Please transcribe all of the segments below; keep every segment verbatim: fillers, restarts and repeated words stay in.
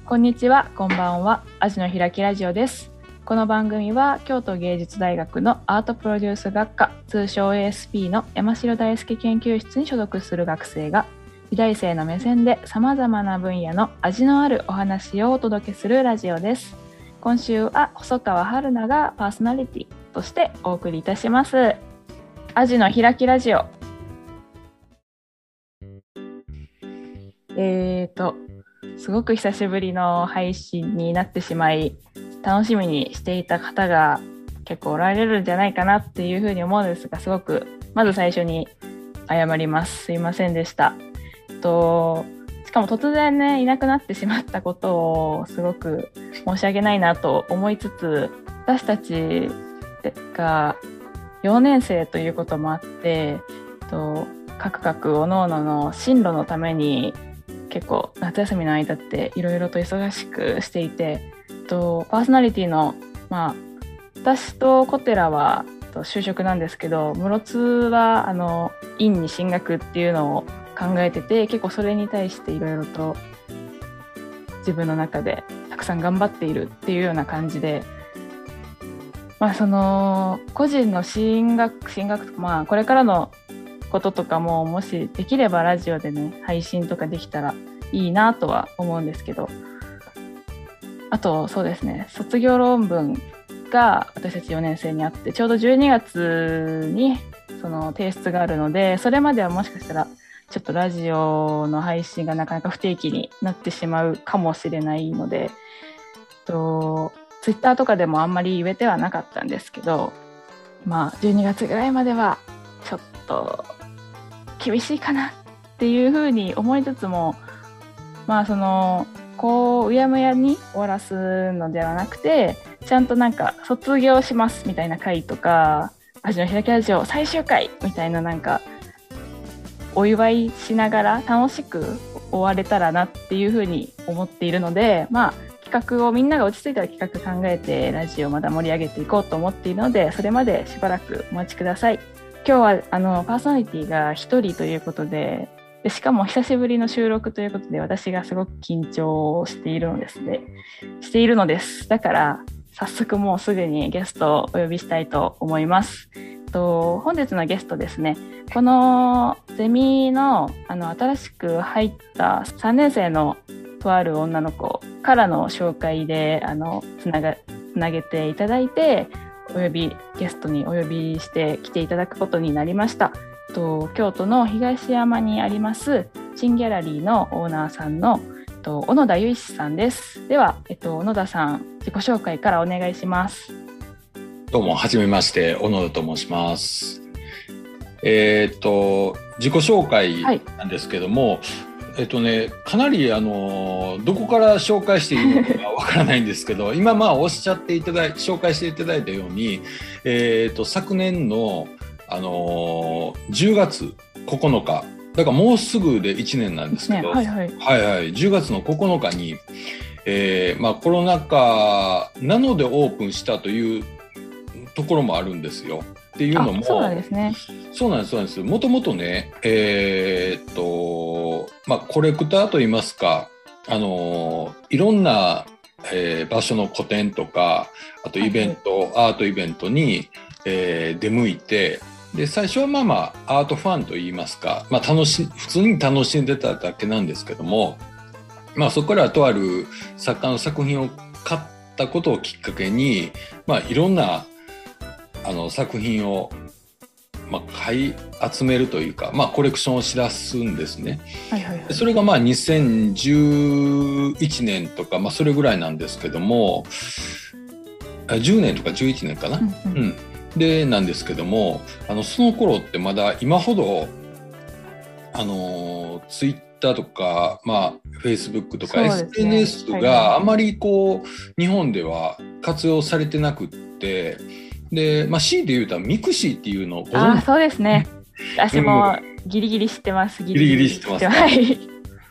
こんにちは、こんばんは。アジの開きラジオです。この番組は京都芸術大学のアートプロデュース学科、通称 エーエスピー の山城大輔研究室に所属する学生が美大生の目線でさまざまな分野の味のあるお話をお届けするラジオです。今週は細川春菜がパーソナリティとしてお送りいたします。アジの開きラジオ。えーとすごく久しぶりの配信になってしまい、楽しみにしていた方が結構おられるんじゃないかなっていうふうに思うんですが、すごくまず最初に謝ります。すいませんでした。としかも突然ねいなくなってしまったことをすごく申し訳ないなと思いつつ、私たちがよねん生ということもあって、と各々おのおのの進路のために結構夏休みの間っていろいろと忙しくしていて、とパーソナリティの、まあ、私と小寺はと就職なんですけど、室津はあの院に進学っていうのを考えてて、結構それに対していろいろと自分の中でたくさん頑張っているっていうような感じで、まあ、その個人の進学進学とか、まあ、これからのこととかももしできればラジオでね配信とかできたらいいなとは思うんですけど、あとそうですね、卒業論文が私たちよねん生にあって、ちょうどじゅうにがつにその提出があるので、それまではもしかしたらちょっとラジオの配信がなかなか不定期になってしまうかもしれないので、とツイッターとかでもあんまり言えてはなかったんですけど、まあじゅうにがつぐらいまではちょっと厳しいかなっていうふうに思いつつも、まあそのこううやむやに終わらすのではなくて、ちゃんとなんか卒業しますみたいな回とか、アジの開きラジオ最終回みたいな、なんかお祝いしながら楽しく終われたらなっていうふうに思っているので、まあ企画をみんなが落ち着いたら企画考えてラジオをまた盛り上げていこうと思っているので、それまでしばらくお待ちください。今日はあのパーソナリティがひとりということで、でしかも久しぶりの収録ということで、私がすごく緊張しているのですねしているのですだから早速もうすぐにゲストをお呼びしたいと思います。と本日のゲストですね、このゼミ の, あの新しく入ったさんねん生のとある女の子からの紹介であのつながつなげていただいて、お呼びゲストにお呼びして来ていただくことになりました。と京都の東山にありますチンギャラリーのオーナーさんのと小野田由志さんです。では、えっと、小野田さん、自己紹介からお願いします。 どうもはじめまして、小野田と申します。えー、っと自己紹介なんですけども、はい、えっとね、かなりあのどこから紹介していいのかわからないんですけど今まあおっしゃっていただい紹介していただいたように、えー、っと昨年の、あのじゅうがつここのかだからもうすぐでいちねんなんですけど、 はいはいはいはい、じゅうがつのここのかに、えーまあ、コロナ禍なのでオープンしたというところもあるんですよ。っていうのも、 そうなんですね。 そうなんです、そうなんです。もともとね、えーっと、まあ、コレクターといいますか、あの、いろんな、えー場所の個展とか、あとイベント、はい、アートイベントに、えー出向いて、で、最初はまあまあ、アートファンといいますか、まあ、楽し、普通に楽しんでただけなんですけども、まあ、そこからとある作家の作品を買ったことをきっかけに、まあ、いろんなあの作品を、まあ、買い集めるというか、まあ、コレクションをしだすんですね。はいはいはい、それがまあにせんじゅういちねんとか、まあ、それぐらいなんですけども、じゅうねんとかじゅういちねんかな、うんうんうん、でなんですけども、あのその頃ってまだ今ほどあのツイッターとか、まあ、Facebook とか、ね、エスエヌエス があまりこう日本では活用されてなくって、で、まあ、強いて言うとミクシーっていうのをご存知？ あ、そうですね。私もギリギリ知ってます。 ギリギリ知ってます。 はい。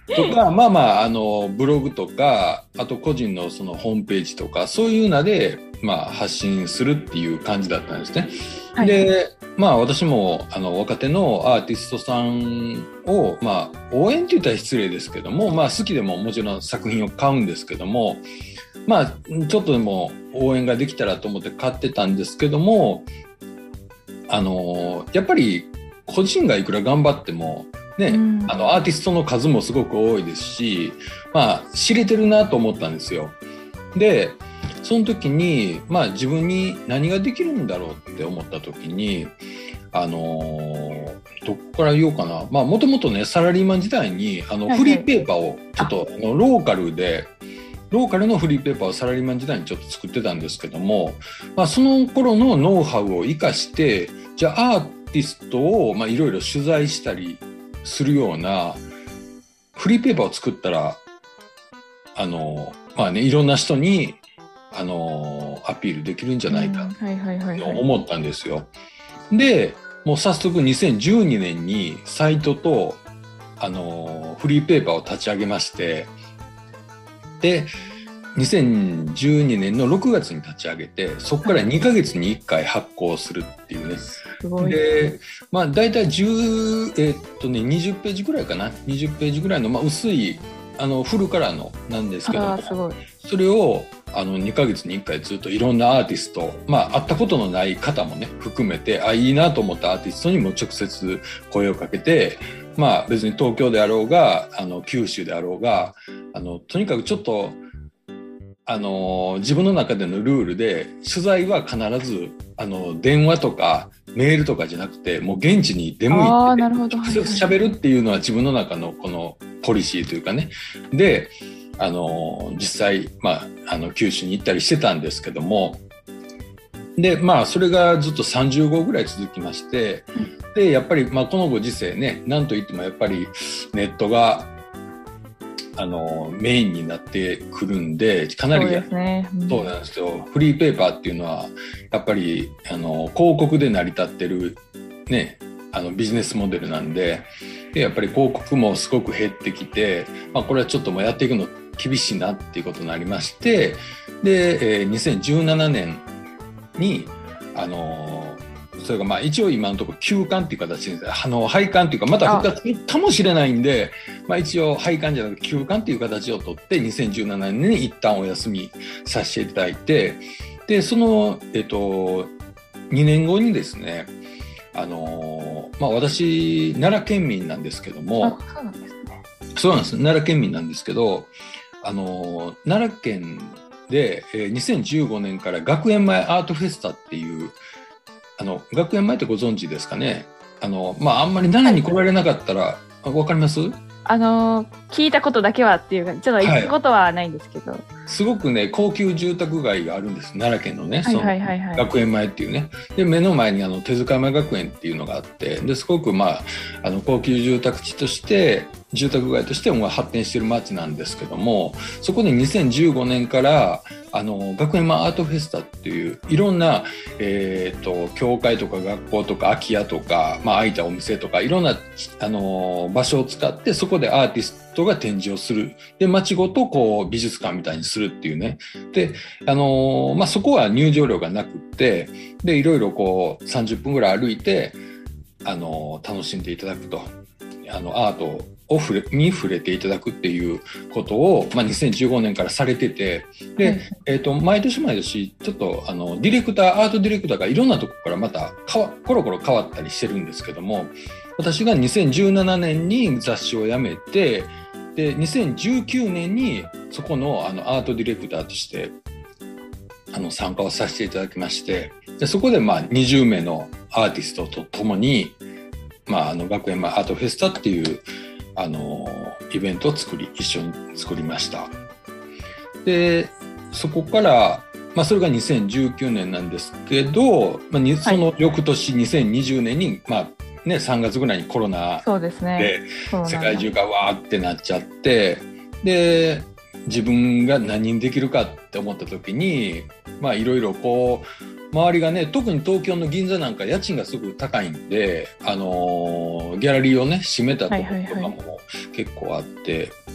とかまあまああのブログとかあと個人のそのホームページとかそういうので、まあ、発信するっていう感じだったんですね。はい、でまあ私もあの若手のアーティストさんを、まあ、応援って言ったら失礼ですけども、まあ、好きでももちろん作品を買うんですけども、まあちょっとでも応援ができたらと思って買ってたんですけども、あのやっぱり個人がいくら頑張ってもね、うん、あのアーティストの数もすごく多いですし、まあ知れてるなと思ったんですよ。でその時に、まあ、自分に何ができるんだろうって思った時に、あのー、どこから言おうかな、まあもともとねサラリーマン時代にあの、はいはい、フリーペーパーをちょっとあのローカルでローカルのフリーペーパーをサラリーマン時代にちょっと作ってたんですけども、まあ、その頃のノウハウを生かしてじゃあアーティストをいろいろ取材したりするようなフリーペーパーを作ったらあの、まあね、いろんな人にあのアピールできるんじゃないかと思ったんですよ。でもう早速にせんじゅうにねんにサイトとあのフリーペーパーを立ち上げまして、でにせんじゅうにねんのろくがつに立ち上げてそこからにかげつにいっかい発行するっていうね。すごい。でまあ大体じゅう、えーっとね、にじゅっページぐらいかなにじゅっページぐらいの、まあ、薄いあのフルカラーのなんですけども、 すごい。 それをあのにかげつにいっかいずっといろんなアーティスト、まあ会ったことのない方もね含めてあいいなと思ったアーティストにも直接声をかけて、まあ別に東京であろうがあの九州であろうがあのとにかくちょっとあの自分の中でのルールで取材は必ずあの電話とかメールとかじゃなくてもう現地に出向いて直接喋るっていうのは自分の中のこのポリシーというかねであの実際、まあ、あの九州に行ったりしてたんですけどもでまあそれがずっとさんじゅうごうぐらい続きましてでやっぱり、まあ、このご時世ねなんといってもやっぱりネットがあのメインになってくるんでかなりそうですね、うん、そうなんですよ。フリーペーパーっていうのはやっぱりあの広告で成り立ってる、ね、あのビジネスモデルなんで、でやっぱり広告もすごく減ってきて、まあ、これはちょっともうやっていくの厳しいなっていうことになりましてで、えー、にせんじゅうななねんにあのそれがまあ一応今のところ休刊っていう形であの廃刊っていうかまた復活かもしれないんでまあ、一応廃刊じゃなくて休刊っていう形をとってにせんじゅうななねんに一旦お休みさせていただいてでその、えっと、にねんごにですねあの、まあ、私奈良県民なんですけどもそうなんですね。 そうなんです奈良県民なんですけどあの奈良県で、えー、にせんじゅうごねんから学園前アートフェスタっていうあの学園前ってご存知ですかね。あの、まあ、あんまり奈良に来られなかったら、はい、分かります？ あの聞いたことだけはっていうかちょっと行ったことはないんですけど、はい、 すごくね高級住宅街があるんです奈良県のね、はいはいはいはい、その学園前っていうねで目の前にあの手塚山学園っていうのがあってですごくまああの高級住宅地として住宅街としても発展している街なんですけどもそこでにせんじゅうごねんからあの学園前アートフェスタっていういろんな、えー、と教会とか学校とか空き家とか、まあ、空いたお店とかいろんなあの場所を使ってそこでアーティストが展示をするで街ごとこう美術館みたいにするっていうねで、あのまあ、そこは入場料がなくってでいろいろこうさんじゅっぷんぐらい歩いて、あの楽しんでいただくとあのアートを触れに触れていただくっていうことを、まあ、にせんじゅうごねんからされててで、はいえー、と毎年毎年ちょっとあのディレクターアートディレクターがいろんなとこからまたかわコロコロ変わったりしてるんですけども私がにせんじゅうななねんに雑誌を辞めてでにせんじゅうきゅうねんにそこ の, あのアートディレクターとしてあの参加をさせていただきましてでそこでまあにじゅうめいのアーティストとともに、まあ、あの学園前アートフェスタっていうあのイベントを作り一緒に作りました。でそこから、まあ、それがにせんじゅうきゅうねんなんですけど、まあ、その翌年にせんにじゅうねんに、まあね、さんがつぐらいにコロナで世界中がわーってなっちゃってで自分が何にできるかって思った時にまあいろいろこう周りがね特に東京の銀座なんか家賃がすごく高いんで、あのー、ギャラリーをね閉めたところとかも結構あって、はいはいはい、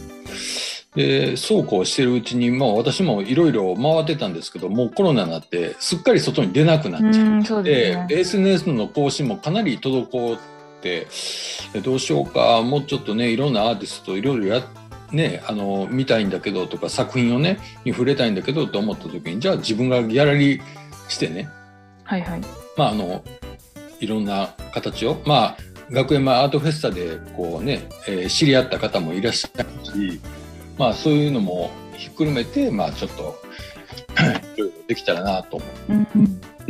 でそうこうしてるうちにもう私もいろいろ回ってたんですけど、もうコロナになってすっかり外に出なくなっちゃって、 そうですね、 エスエヌエス の更新もかなり滞って、どうしようか、もうちょっとねいろんなアーティストといろいろやねあの見たいんだけどとか、作品をねに触れたいんだけどと思った時に、じゃあ自分がギャラリーしてね、 はいはい、 まああのいろんな形を、まあ学園前アートフェスタでこうね、えー、知り合った方もいらっしゃるし、まあそういうのもひっくるめて、まあちょっといろいろできたらなと思う。 うんうん、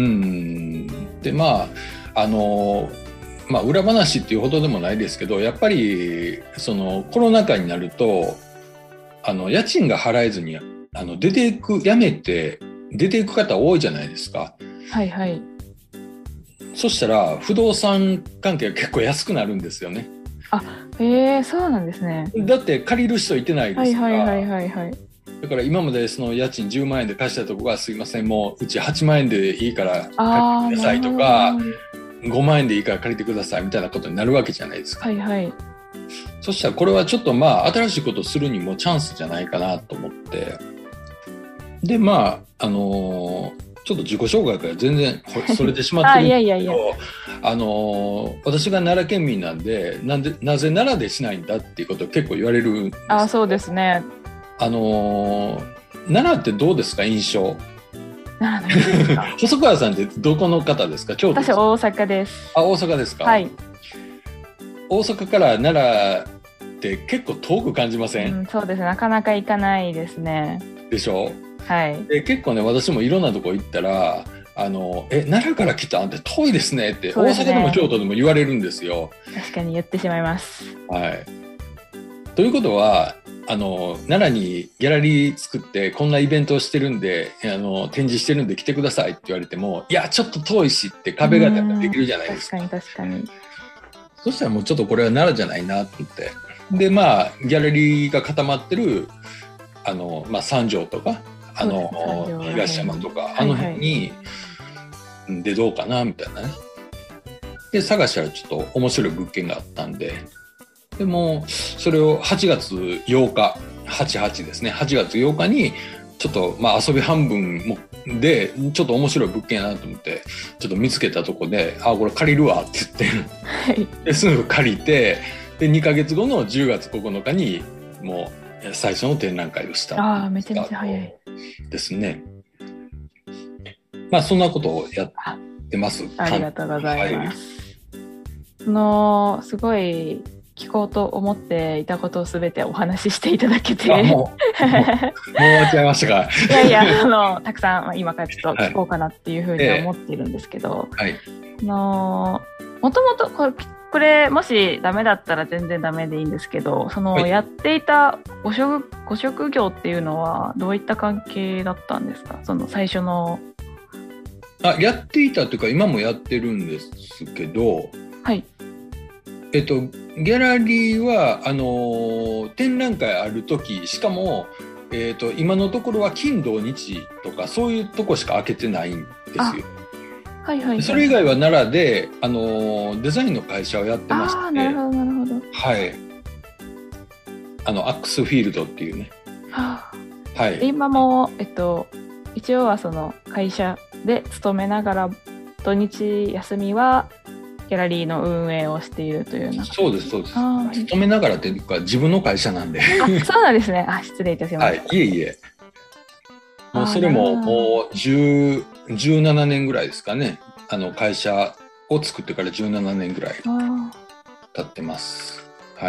でまああのまあ裏話っていうほどでもないですけど、やっぱりそのコロナ禍になると、あの家賃が払えずにあの出ていく、辞めて出ていく方多いじゃないですか。 はいはい。 そしたら不動産関係が結構安くなるんですよね。 あ、へえ、そうなんですね。 だって借りる人いてないですから。 はいはいはいはいはい。 だから今までその家賃じゅうまんえんで貸したとこが、すいませんもううちはちまんえんでいいから借りてくださいとか、ごまんえんでいいから借りてくださいみたいなことになるわけじゃないですか。 はいはい。 そしたらこれはちょっとまあ新しいことをするにもチャンスじゃないかなと思って、でまああのーちょっと自己紹介から全然それてしまってるんですけど、いやいやいや、あの私が奈良県民なんで、なんでなぜ奈良でしないんだっていうことを結構言われるんです。 あ、そうですね。 あの奈良ってどうですか、印象。細川さんってどこの方ですか。京都ですか。 私大阪です。 あ、大阪ですか。はい。大阪から奈良って結構遠く感じません？ うん、そうですね、なかなか行かないですね。 でしょ。はい、で結構ね、私もいろんなとこ行ったら、あのえ奈良から来たんって遠いですねって、ね、大阪でも京都でも言われるんですよ。 確かに言ってしまいます。 はい、ということはあの奈良にギャラリー作ってこんなイベントをしてるんで、あの展示してるんで来てくださいって言われても、いやちょっと遠いしって壁ができるじゃないですか。 確かに確かに。 そしたらもうちょっとこれは奈良じゃないなって言って、でまあギャラリーが固まってるあの、まあ、三条とかあの東山とか、はいはい、あの辺に、はい、でどうかなみたいなね。で探したらちょっと面白い物件があったんで、でもそれをはちがつようか、はちはちですね、はちがつようかにちょっとまあ遊び半分もでちょっと面白い物件やなと思ってちょっと見つけたとこで、あこれ借りるわって言って、はい、ですぐ借りて、でにかげつごのじゅうがつここのかにもう最初の展覧会をした。 ああ、めちゃめちゃ早いですね。まあそんなことをやってます。 ありがとうございます。はい、そのすごい聞こうと思っていたことをすべてお話ししていただけて、 あもうもう終わっちゃいましたか。 いやいや、あのたくさん今からちょっと聞こうかなっていうふうに思っているんですけど、はい、あのもともとこれこれもしダメだったら全然ダメでいいんですけど、その、はい、やっていたご職、ご職業っていうのはどういった関係だったんですか？その最初の。 あ、やっていたというか今もやってるんですけど、はい、えっとギャラリーはあの展覧会ある時、しかも、えっと、今のところは金土日とかそういうとこしか開けてないんですよ。 はいはいはい、 それ以外は奈良で、あのデザインの会社をやってまして。 あ、なるほどなるほど。 はい。あのアックスフィールドっていうね。 はあ、はい。今もえっと一応はその会社で勤めながら土日休みはギャラリーの運営をしているというような。 そうですそうです。勤めながらっていうか自分の会社なんで。 あ、そうなんですね。あ、失礼いたしました。 はい。いえいえ。もうそれももうじゅう、じゅうななねんぐらいですかね。あの会社を作ってからじゅうななねんぐらい経ってます。はい。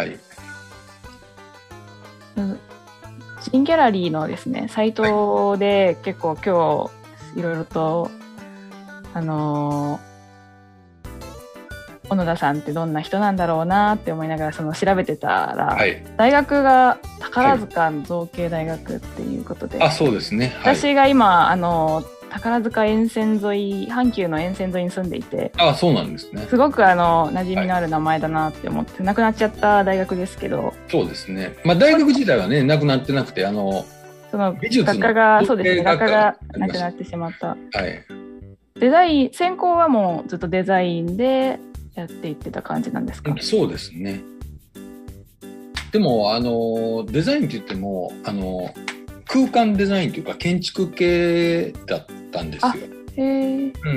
新ギャラリーのですね、サイトで結構今日いろいろと、あのー、小野田さんってどんな人なんだろうなって思いながらその調べてたら、はい、大学が宝塚造形大学っていうことで、 はい、あ、そうですね、 はい、私が今あの宝塚沿線沿い、阪急の沿線沿いに住んでいて、 あ、そうなんですね。 すごくあの馴染みのある名前だなって思って、はい、亡くなっちゃった大学ですけど。 そうですね、まあ、大学自体はねなくなってなくて、あのその学科がそうですね、学科がなくなってしまった、はい、デザイン専攻はもうずっとデザインでやっていってた感じなんですか？ そうですね。 でもあのデザインって言ってもあの空間デザインというか建築系だったんですよ。 へー。 うん、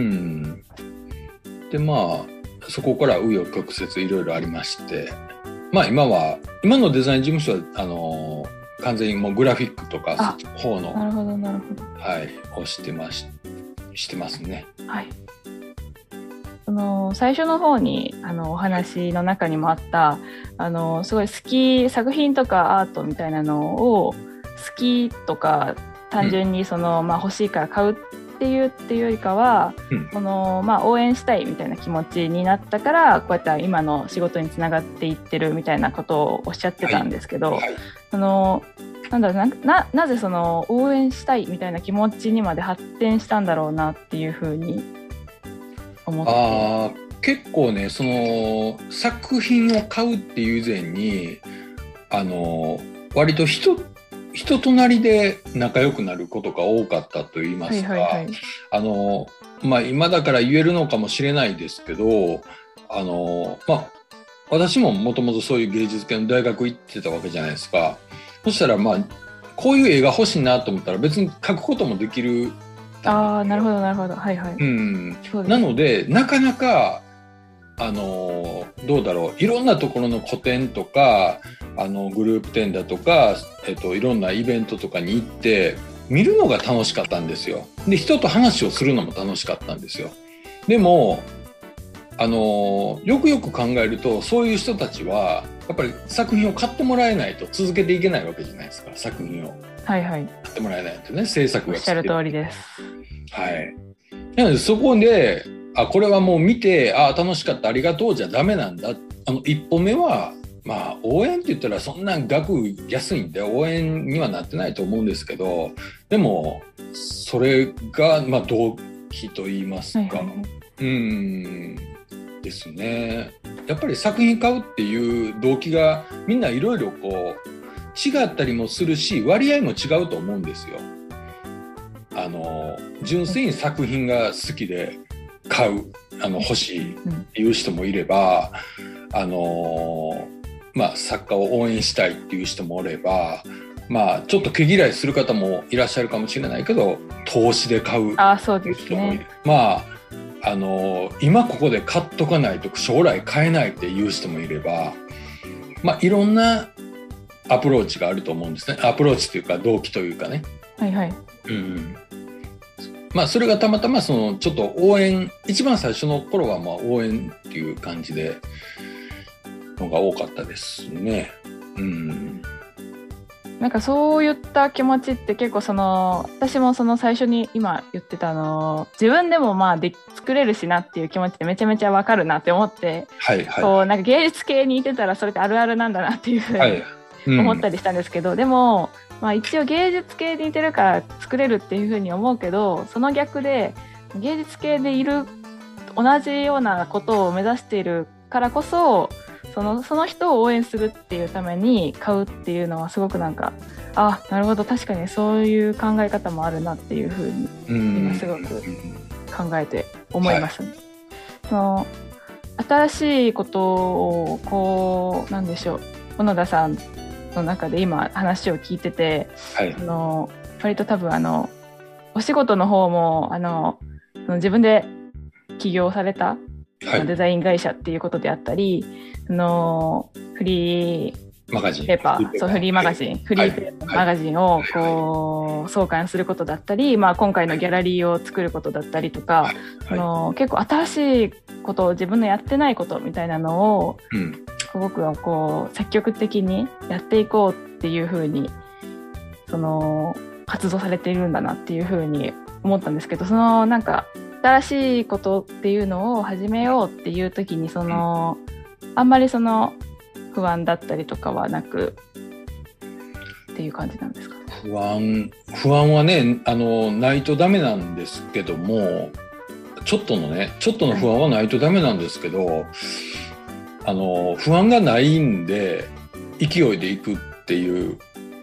でまあそこから紆余曲折いろいろありまして、まあ今は今のデザイン事務所はあの完全にもうグラフィックとかそっちの方の、 なるほどなるほど、 はい、をしてまししてますね。 はい。その最初の方にあのお話の中にもあったあのすごい好き作品とかアートみたいなのを好きとか単純にその、うん、まあ、欲しいから買うっていうっていうよりかは、うん、そのまあ、応援したいみたいな気持ちになったからこうやって今の仕事につながっていってるみたいなことをおっしゃってたんですけど、はいはい、そのなんだろう な, な, なぜその応援したいみたいな気持ちにまで発展したんだろうなっていうふうに思って。 あ結構ねその作品を買うっていう以前にあの割と人人となりで仲良くなることが多かったと言いますか、はいはいはい、あのまあ、今だから言えるのかもしれないですけどあの、まあ、私ももともとそういう芸術系の大学行ってたわけじゃないですか。そしたらまあこういう絵が欲しいなと思ったら別に描くこともできる。 ああ、なるほどなるほど、はいはい。うん、 なのでなかなかあのどうだろういろんなところの個展とかあのグループ展だとか、えっと、いろんなイベントとかに行って見るのが楽しかったんですよ。で人と話をするのも楽しかったんですよ。でもあのよくよく考えるとそういう人たちはやっぱり作品を買ってもらえないと続けていけないわけじゃないですか。作品をはいはい買ってもらえないとね、制作がおっしゃる通りです。 はい。なのでそこであこれはもう見てあ楽しかったありがとうじゃダメなんだ。あの一歩目はまあ応援って言ったらそんな額安いんで応援にはなってないと思うんですけど、でもそれがまあ動機と言いますか、はいはいはい、うーんですね。やっぱり作品買うっていう動機がみんないろいろこう違ったりもするし割合も違うと思うんですよ。あの純粋に作品が好きで買うあの欲しいっていう人もいれば、あのまあ、作家を応援したいっていう人もおれば、まあ、ちょっと毛嫌いする方もいらっしゃるかもしれないけど投資で買う人もいる。 あ、そうですね。 まああの今ここで買っとかないと将来買えないっていう人もいれば、まあ、いろんなアプローチがあると思うんですね。アプローチというか動機というかね、 はいはい、 うん、まあそれがたまたまそのちょっと応援一番最初の頃はまあ応援っていう感じでのが多かったですね。うん、 なんかそういった気持ちって結構その私もその最初に今言ってたの自分でもまあで作れるしなっていう気持ちってめちゃめちゃわかるなって思って、 はいはい、 こうなんか芸術系にいてたらそれってあるあるなんだなっていうふうに、はいうん、思ったりしたんですけど、でも、まあ、一応芸術系にいてるから作れるっていうふうに思うけどその逆で芸術系でいる同じようなことを目指しているからこそその、その人を応援するっていうために買うっていうのはすごくなんかあなるほど確かにそういう考え方もあるなっていうふうに今すごく考えて思います、ね、はい、その新しいことをこうなんでしょう小野田さんの中で今話を聞いてて、はい、あの割と多分あのお仕事の方もあのその自分で起業された、はい、デザイン会社っていうことであったりあのフリーマガジンペーパー、そうフリーマガジン、はい、フリーペーパーマガジンをこう創刊することだったり、まあ、今回のギャラリーを作ることだったりとか、はいはい、あの結構新しいこと自分のやってないことみたいなのを、うん、すごくこう積極的にやっていこうっていう風にその活動されているんだなっていう風に思ったんですけど、そのなんか新しいことっていうのを始めようっていう時にその、うん、あんまりその不安だったりとかはなくっていう感じなんですかね。 不安、不安はねあのないとダメなんですけどもちょっとのねちょっとの不安はないとダメなんですけど、はい、あの不安がないんで勢いでいくっていう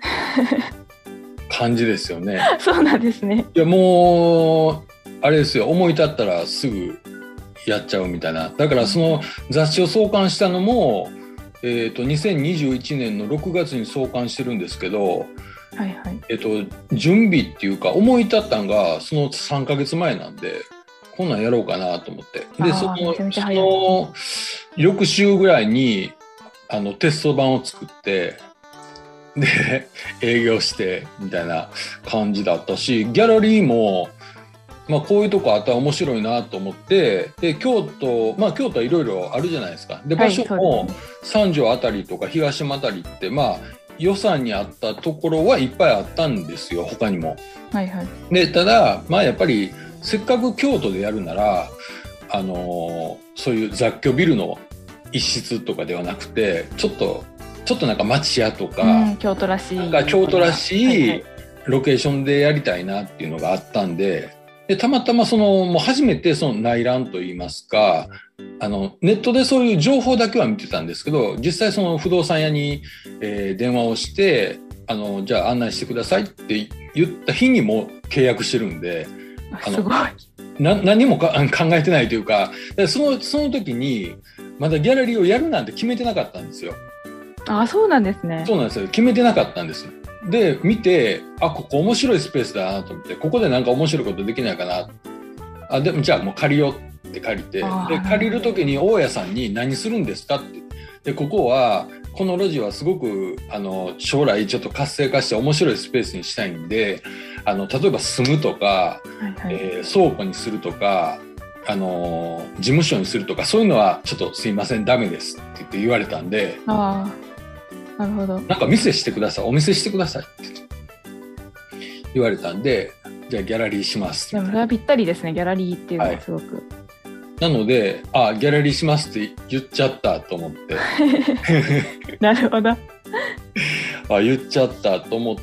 感じですよね。 そうなんですね。 いやもうあれですよ思い立ったらすぐやっちゃうみたいな。だからその雑誌を創刊したのもえー、とにせんにじゅういちねんのろくがつに創刊してるんですけど、 はいはい。 えー、と準備っていうか思い立ったんがそのさんかげつまえなんで、こんなんやろうかなと思って、でそああ、めのちゃめちゃそ早い。 の翌週ぐらいにあのテスト版を作って、で営業してみたいな感じだったし、ギャラリーも、まあ、こういうとこあったら面白いなと思って、で京都、まあ、京都はいろいろあるじゃないですか。で場はい、 所もそうですね。 三条あたりとか東山あたりって、まあ予算に合ったところはいっぱいあったんですよ、他にも。 はいはい。 でただ、まあ、やっぱりせっかく京都でやるなら、あのーそういう雑居ビルの一室とかではなくて、ちょっとちょっとなんか町屋とか、 うん、京都らしい。 なんか京都らしはいはい。 ロケーションでやりたいなっていうのがあったんで、でたまたまそのもう初めてその内覧といいますか、あのネットでそういう情報だけは見てたんですけど、実際その不動産屋に、えー電話をして、あのじゃあ案内してくださいって言った日にもう契約してるんで、あのあすごい。 な何もか考えてないというか、そのその時にまだギャラリーをやるなんて決めてなかったんですよ。 あ、そうなんですね。 そうなんですよ。決めてなかったんです。で見て、あ、ここ面白いスペースだなと思って、ここでなんか面白いことできないかな、あ、でもじゃあもう借りようって借りて、であー借りる時に大家さんに何するんですかって、でここはこの路地はすごくあの将来ちょっと活性化して面白いスペースにしたいんで、あの例えば住むとか、 はいはい。 えー倉庫にするとか、あの事務所にするとか、そういうのはちょっとすいませんダメですって言って言われたんで、 ああ、なるほど。 なんか店してください、お店してくださいって言われたんで、じゃあギャラリーしますみたいな。 でもそれはぴったりですね、ギャラリーっていうのはすごく。 なので、あ、ギャラリーしますって言っちゃったと思ってなるほど。 あ、言っちゃったと思って、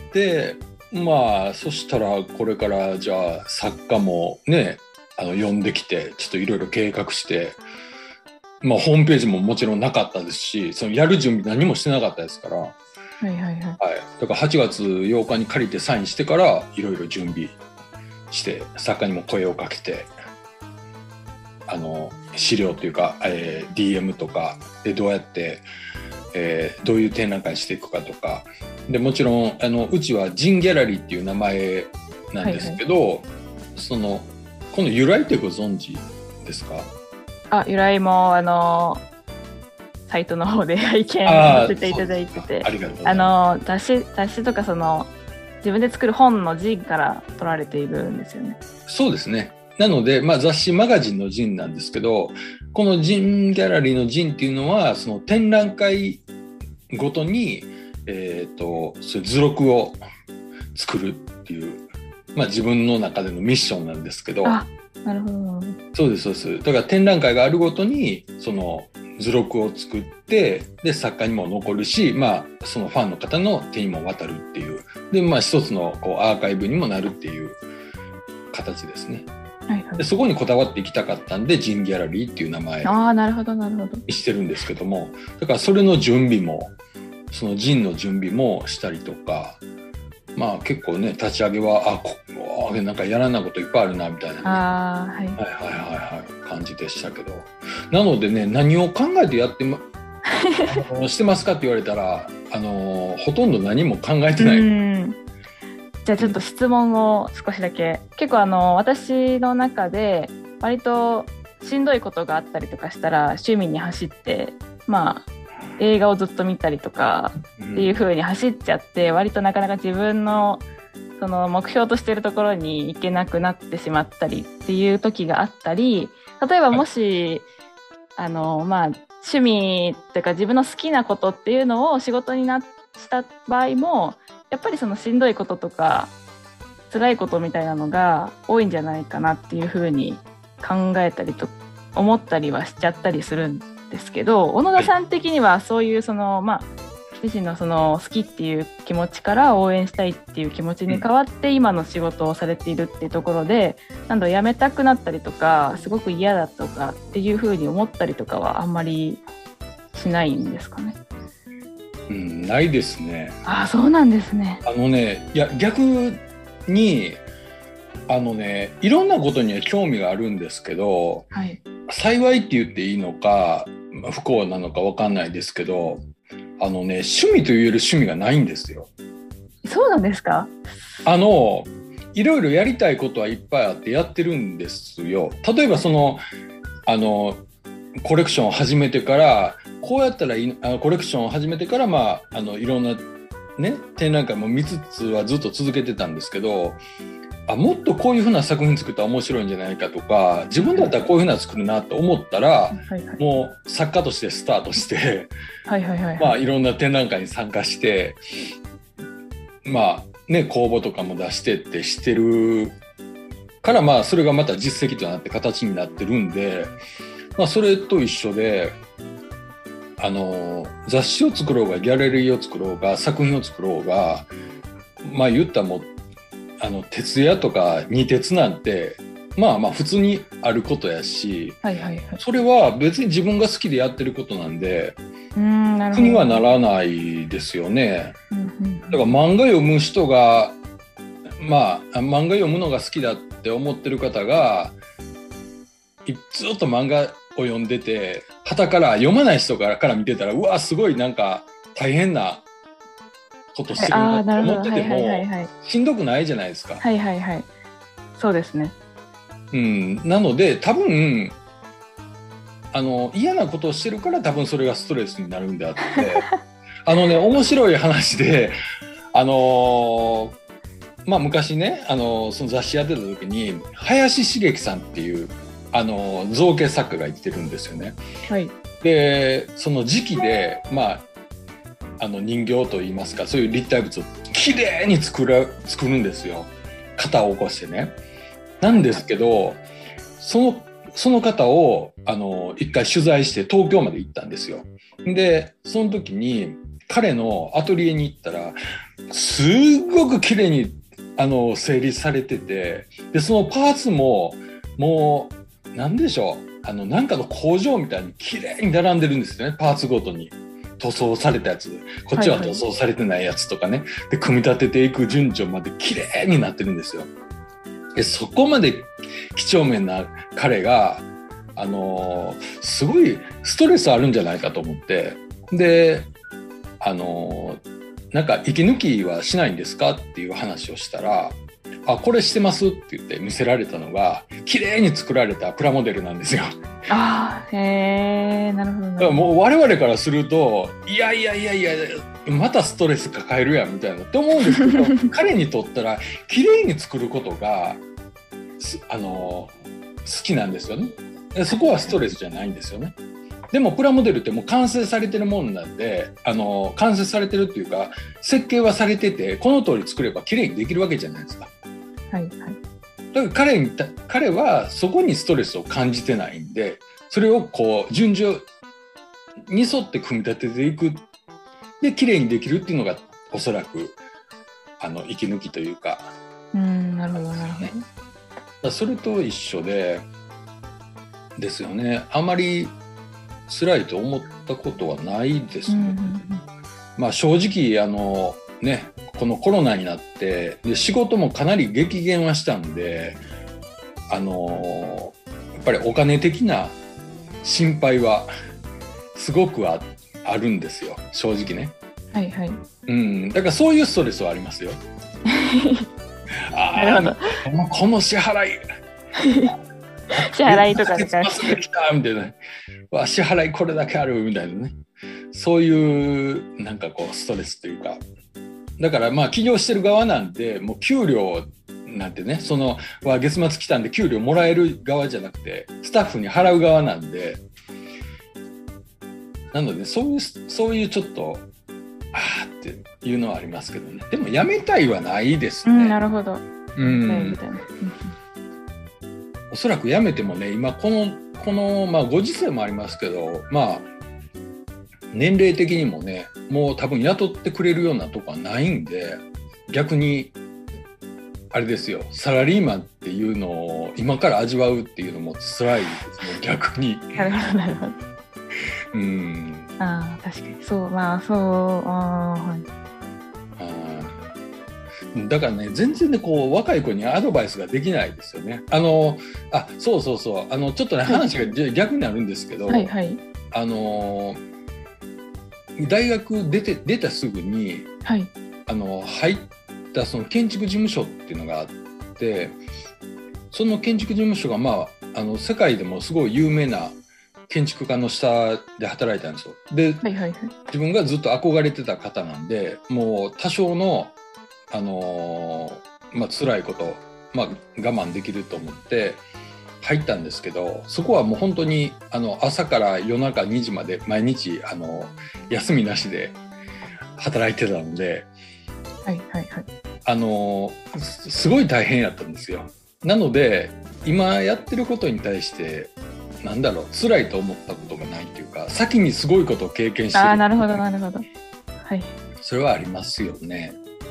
まあそしたらこれからじゃあ作家もね、あの呼んできて、ちょっといろいろ計画して、まあホームページももちろんなかったですし、そのやる準備何もしてなかったですから、はい、 はいはいはい。 だからはちがつようかに借りてサインしてからいろいろ準備して、作家にも声をかけて、あの資料というか、えー、ディーエム とかでどうやって、えー、どういう展覧会していくかとかで、もちろんあのうちはジンギャラリーっていう名前なんですけど、はいはい、そのこの由来ってご存知ですか？ あ、由来もあのサイトの方で拝見させていただいてて、 ありがとうございます。 あの雑誌雑誌とかその自分で作る本のジンから取られているんですよね。 そうですね。なので、まあ、雑誌マガジンのジンなんですけど、このジンギャラリーのジンっていうのはその展覧会ごとに、えーと、そういう図録を作るっていう、まあ、自分の中でのミッションなんですけど。 あ、なるほど。 そうですそうです。だから展覧会があるごとにその図録を作って、で作家にも残るし、まあ、そのファンの方の手にも渡るっていう、で、まあ、一つのこうアーカイブにもなるっていう形ですね。 はいはい、 でそこにこだわっていきたかったんでジンギャラリーっていう名前にしてるんですけども、だからそれの準備も、そのジンの準備もしたりとか、まあ結構ね、立ち上げはあここなんかやらないこといっぱいあるなみたいな、ね、 あ、はい、 はいはいはいはい感じでしたけど、なのでね、何を考えてやってましてますかって言われたら、あのほとんど何も考えてない。うん、 じゃあちょっと質問を少しだけ。結構あの私の中で割としんどいことがあったりとかしたら趣味に走って、まあ映画をずっと見たりとかっていう風に走っちゃって、割となかなか自分のその目標としているところに行けなくなってしまったりっていう時があったり、例えばもし、はい、あのまあ趣味というか自分の好きなことっていうのを仕事になした場合も、やっぱりそのしんどいこととか辛いことみたいなのが多いんじゃないかなっていうふうに考えたりと思ったりはしちゃったりするんですけど、小野田さん的にはそういうその、まあ、自身のその好きっていう気持ちから応援したいっていう気持ちに変わって今の仕事をされているっていうところで、なんだろう、辞めたくなったりとかすごく嫌だとかっていうふうに思ったりとかはあんまりしないんですかね？ うん、ないですね。 あ、そうなんですね。 あのね、いや逆にあのね、いろんなことには興味があるんですけど、 はい、 幸いって言っていいのか、 不幸なのか分かんないですけど、あのね、趣味と言える趣味がないんですよ。 そうなんですか？ あのいろいろやりたいことはいっぱいあってやってるんですよ。例えばそのあのコレクションを始めてからこうやったらいい、あのコレクションを始めてから、まあ、あのいろんな、ね、展覧会も見つつはずっと続けてたんですけど、あもっとこういうふうな作品作ったら面白いんじゃないかとか、自分だったらこういうふうな作るなと思ったら、 はいはい、 もう作家としてスタートして、 はいはいはいはい、 まあ、いろんな展覧会に参加して、まあね、公募とかも出してってしてるから、まあそれがまた実績となって形になってるんで、まあ、それと一緒で、あの雑誌を作ろうがギャラリーを作ろうが作品を作ろうが、まあ言ったらもうあの徹夜とか二徹なんてまあまあ普通にあることやし、 はいはいはい、 それは別に自分が好きでやってることなんで、 うーん、なるほど。 苦にはならないですよね。 うんうん、 だから漫画読む人がまあ漫画読むのが好きだって思ってる方がずっと漫画を読んでて、傍から読まない人からから見てたら、うわすごいなんか大変なことしてるなって思ってても、はいはいはいはい、しんどくないじゃないですか。 はいはいはい、そうですね。 うん、なので多分あの嫌なことをしてるから多分それがストレスになるんであってあのね面白い話で、あのまあ昔ね、あのその雑誌やってた時に林茂樹さんっていうあの造形作家が言ってるんですよね。 はい、 でその時期で、まあ、あの人形といいますかそういう立体物をきれいに作る、作るんですよ、型を起こしてね。なんですけどその、その方をあの一回取材して東京まで行ったんですよ。でその時に彼のアトリエに行ったらすごくきれいにあの整理されてて、でそのパーツももうなんでしょう、あのなんかの工場みたいに綺麗に並んでるんですよね。パーツごとに塗装されたやつ、こっちは塗装されてないやつとかね、はいはい、で組み立てていく順序まで綺麗になってるんですよ。でそこまで几帳面な彼があのー、すごいストレスあるんじゃないかと思って、であのー、なんか息抜きはしないんですかっていう話をしたら、あこれしてますって言って見せられたのが綺麗に作られたプラモデルなんですよ。 あー、へー、なるほど。だからもう我々からするといやいやいやいやまたストレス抱えるやんみたいなって思うんですけど彼にとったら綺麗に作ることがあの好きなんですよね。そこはストレスじゃないんですよね。でもプラモデルってもう完成されてるもんなんで、あの完成されてるっていうか設計はされててこの通り作れば綺麗にできるわけじゃないですか。 はいはい、 だから彼に彼はそこにストレスを感じてないんで、それをこう順序に沿って組み立てていくで綺麗にできるっていうのがおそらくあの息抜きというか。 うん、なるほどなるほど。 だからそれと一緒でですよね。あまり辛いと思ったことはないですね。うんうんうん、まあ正直あのねこのコロナになってで仕事もかなり激減はしたんで、あのやっぱりお金的な心配はすごく あ, あるんですよ正直ね。 はいはい。 うん、だからそういうストレスはありますよ。あなるほど。この支払い支払いとかでか来たみたいな、わ支払いこれだけあるみたいなね、そういうなんかこうストレスというか、だからまあ起業してる側なんでもう給料なんてね、そのは月末来たんで給料もらえる側じゃなくてスタッフに払う側なんで、なのでそういうそういうちょっとあーっていうのはありますけどね。でも辞めたいはないですね。 うん、なるほど。 うん。おそらく辞めてもね、今このこのまあご時世もありますけど、まあ年齢的にもね、もう多分雇ってくれるようなとこはないんで、逆にあれですよ、サラリーマンっていうのを今から味わうっていうのも辛いですね、逆に。 なるほどなるほど。 うん。 ああ確かにそう、まあそう、あはい。 だからね、全然ねこう若い子にアドバイスができないですよね。あのあそうそうそう、あのちょっとね話が逆になるんですけど、 はいはい、 あの大学出て出たすぐに、 はい、 あの入ったその建築事務所っていうのがあって、その建築事務所が、まあ、あの世界でもすごい有名な建築家の下で働いたんですよ。で、はいはいはい、自分がずっと憧れてた方なんで、もう多少の、あのーまあ辛いこと、まあ、我慢できると思って入ったんですけど、そこはもう本当にあの朝から夜中にじまで毎日あの休みなしで働いてたので、 はいはいはい、 あのす、すごい大変やったんですよ。なので今やってることに対してなんだろう、辛いと思ったことがないっていうか、先にすごいことを経験してる。 ああ、なるほどなるほど、はい、 それはありますよね。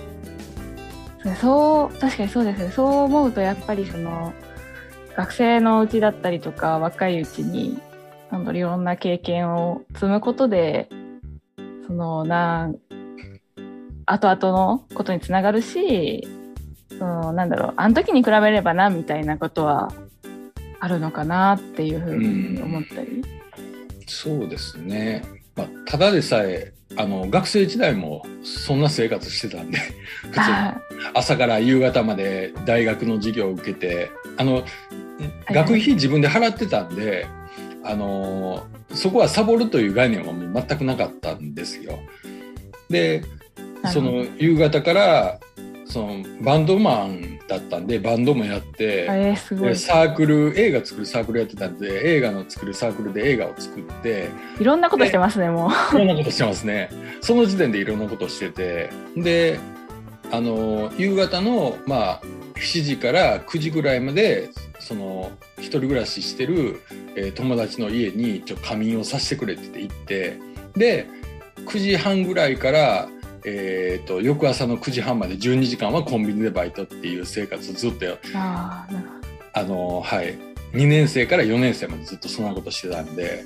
そう確かにそうですね。そう思うとやっぱりその学生のうちだったりとか若いうちになんだろう、いろんな経験を積むことでそのなん後々のことにつながるし、そのなんだろう、あの時に比べればなみたいなことはあるのかなっていうふうに思ったり。 うそうですね、まあ、ただでさえあの学生時代もそんな生活してたんで普通に朝から夕方まで大学の授業を受けて、あの学費自分で払ってたんで、あのそこはサボるという概念はもう全くなかったんですよ。でその夕方からそのバンドマンだったんでバンドもやって、 えー、すごい。 サークル映画作るサークルやってたんで、映画の作るサークルで映画を作って、 いろんなことしてますね。もういろんなことしてますね。その時点でいろんなことしてて、であの夕方のまあしちじからくじぐらいまでその一人暮らししてる、えー、友達の家にちょっと仮眠をさせてくれって言って行って、でくじはんぐらいからえー、と翌朝のくじはんまでじゅうにじかんはコンビニでバイトっていう生活をずっとああの、はい、にねん生からよねん生までずっとそんなことしてたんで、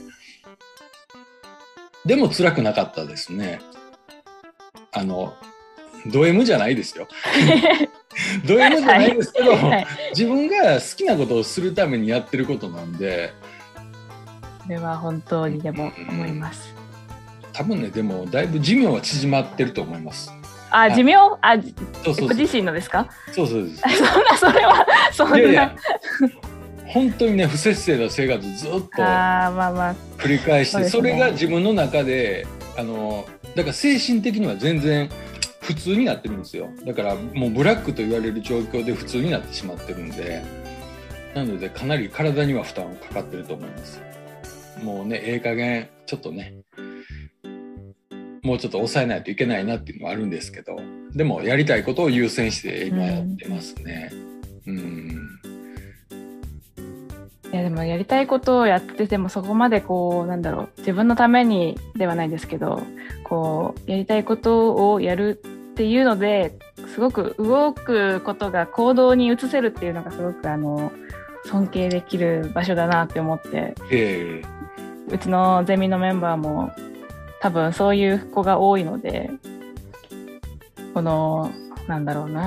でも辛くなかったですね。あのド M じゃないですよド M じゃないですけど、はいはい、自分が好きなことをするためにやってることなんで、 それは本当にでも思います。 多分ね、でもだいぶ寿命は縮まってると思います。 あ、寿命？あ、そうそうそう、ご自身のですか？ そうそうです。 そんな、それはそんな。いやいや本当にね、不節制な生活ずっと繰り返して、あ、まあまあ そ, ね、それが自分の中であのだから精神的には全然普通になってるんですよ。だからもうブラックと言われる状況で普通になってしまってるんで、なのでかなり体には負担がかかってると思います。もうね、ええ加減ちょっとね、もうちょっと抑えないといけないなっていうのはあるんですけど、でもやりたいことを優先して今やってますね。うん、うん、 いやでもやりたいことをやっててもそこまでこうなんだろう、自分のためにではないですけど、こうやりたいことをやるっていうのですごく動くことが行動に移せるっていうのがすごくあの尊敬できる場所だなって思って、えー、うちのゼミのメンバーも多分そういう子が多いので、このなんだろう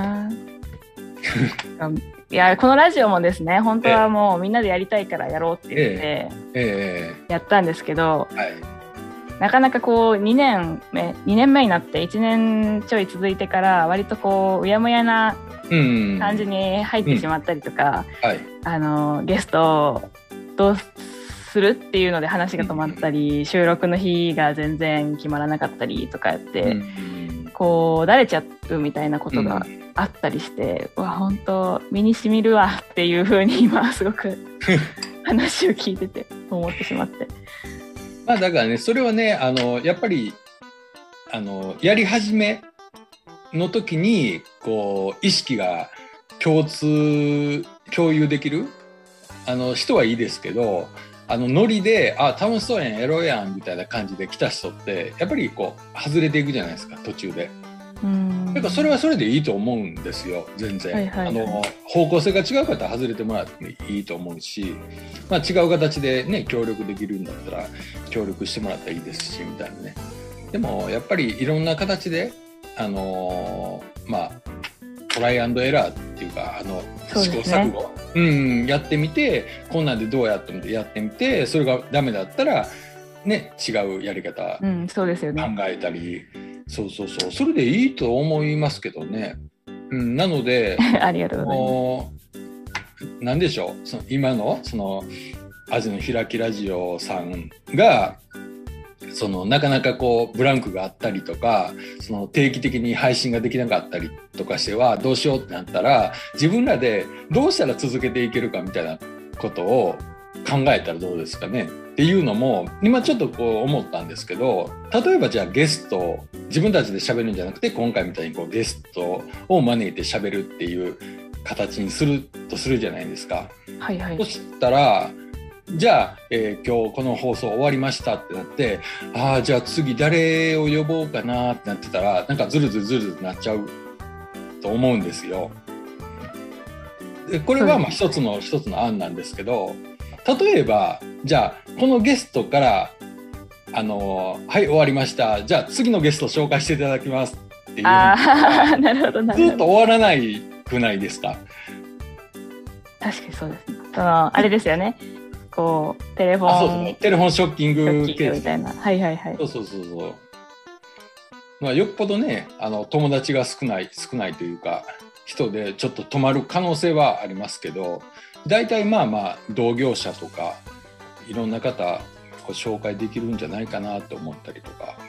ないやこのラジオもですね、本当はもうみんなでやりたいからやろうって言ってやったんですけど、えーえーはい、なかなかこうにねんめにねんめになっていちねんちょい続いてから割とこううやむやな感じに入ってしまったりとか、うんはい、あのゲストをどうするっていうので話が止まったり、うん、収録の日が全然決まらなかったりとかやって、うん、こうだれちゃうみたいなことがあったりして、うん、うわ本当身に染みるわっていう風に今すごく話を聞いてて思ってしまってまあだからね、それはね、あのやっぱりあのやり始めの時にこう意識が共通共有できるあの人はいいですけど、あのノリであ楽しそうやんやろうやんみたいな感じで来た人ってやっぱりこう外れていくじゃないですか、途中で。うんだからそれはそれでいいと思うんですよ、全然、はいはいはい、あの方向性が違う方は外れてもらってもいいと思うし、まあ、違う形でね協力できるんだったら協力してもらったらいいですしみたいなね。でもやっぱりいろんな形であのー、まあトライアンドエラーっていうかあの試行錯誤、うん、やってみてこんなんでどうやってやってみてそれがダメだったらね、違うやり方うん、そうですよ考ね。 えたり、そうそうそう、それでいいと思いますけどね。うん、なので、 ありがとうございます。 もうなんでしょう、その今のそのアジの開きラジオさんがそのなかなかこうブランクがあったりとか、その定期的に配信ができなかったりとかしてはどうしようってなったら、自分らでどうしたら続けていけるかみたいなことを考えたらどうですかねっていうのも今ちょっとこう思ったんですけど、例えばじゃあゲスト自分たちで喋るんじゃなくて、今回みたいにこうゲストを招いて喋るっていう形にするとするじゃないですか。 はいはい。 そしたらじゃあ、えー、今日この放送終わりましたってなって、ああじゃあ次誰を呼ぼうかなってなってたら、なんかズルズルズルズルなっちゃうと思うんですよ。でこれはまあ一つの一つの案なんですけど、例えばじゃあこのゲストからあのはい終わりました、じゃあ次のゲスト紹介していただきますっていう、 ああ、なるほどなるほど。 ずっと終わらないくないですか。 確かにそうですね。そのあれですよね。こうテレフォン、 あ、そうそう、テレフォンショッキングショッキンケースグみたいな。はいはいはい。 そうそうそうそう。まあ、よっぽどね、あの友達が少ない少ないというか人でちょっと止まる可能性はありますけど、大体まあまあ同業者とかいろんな方こう紹介できるんじゃないかなと思ったりとか。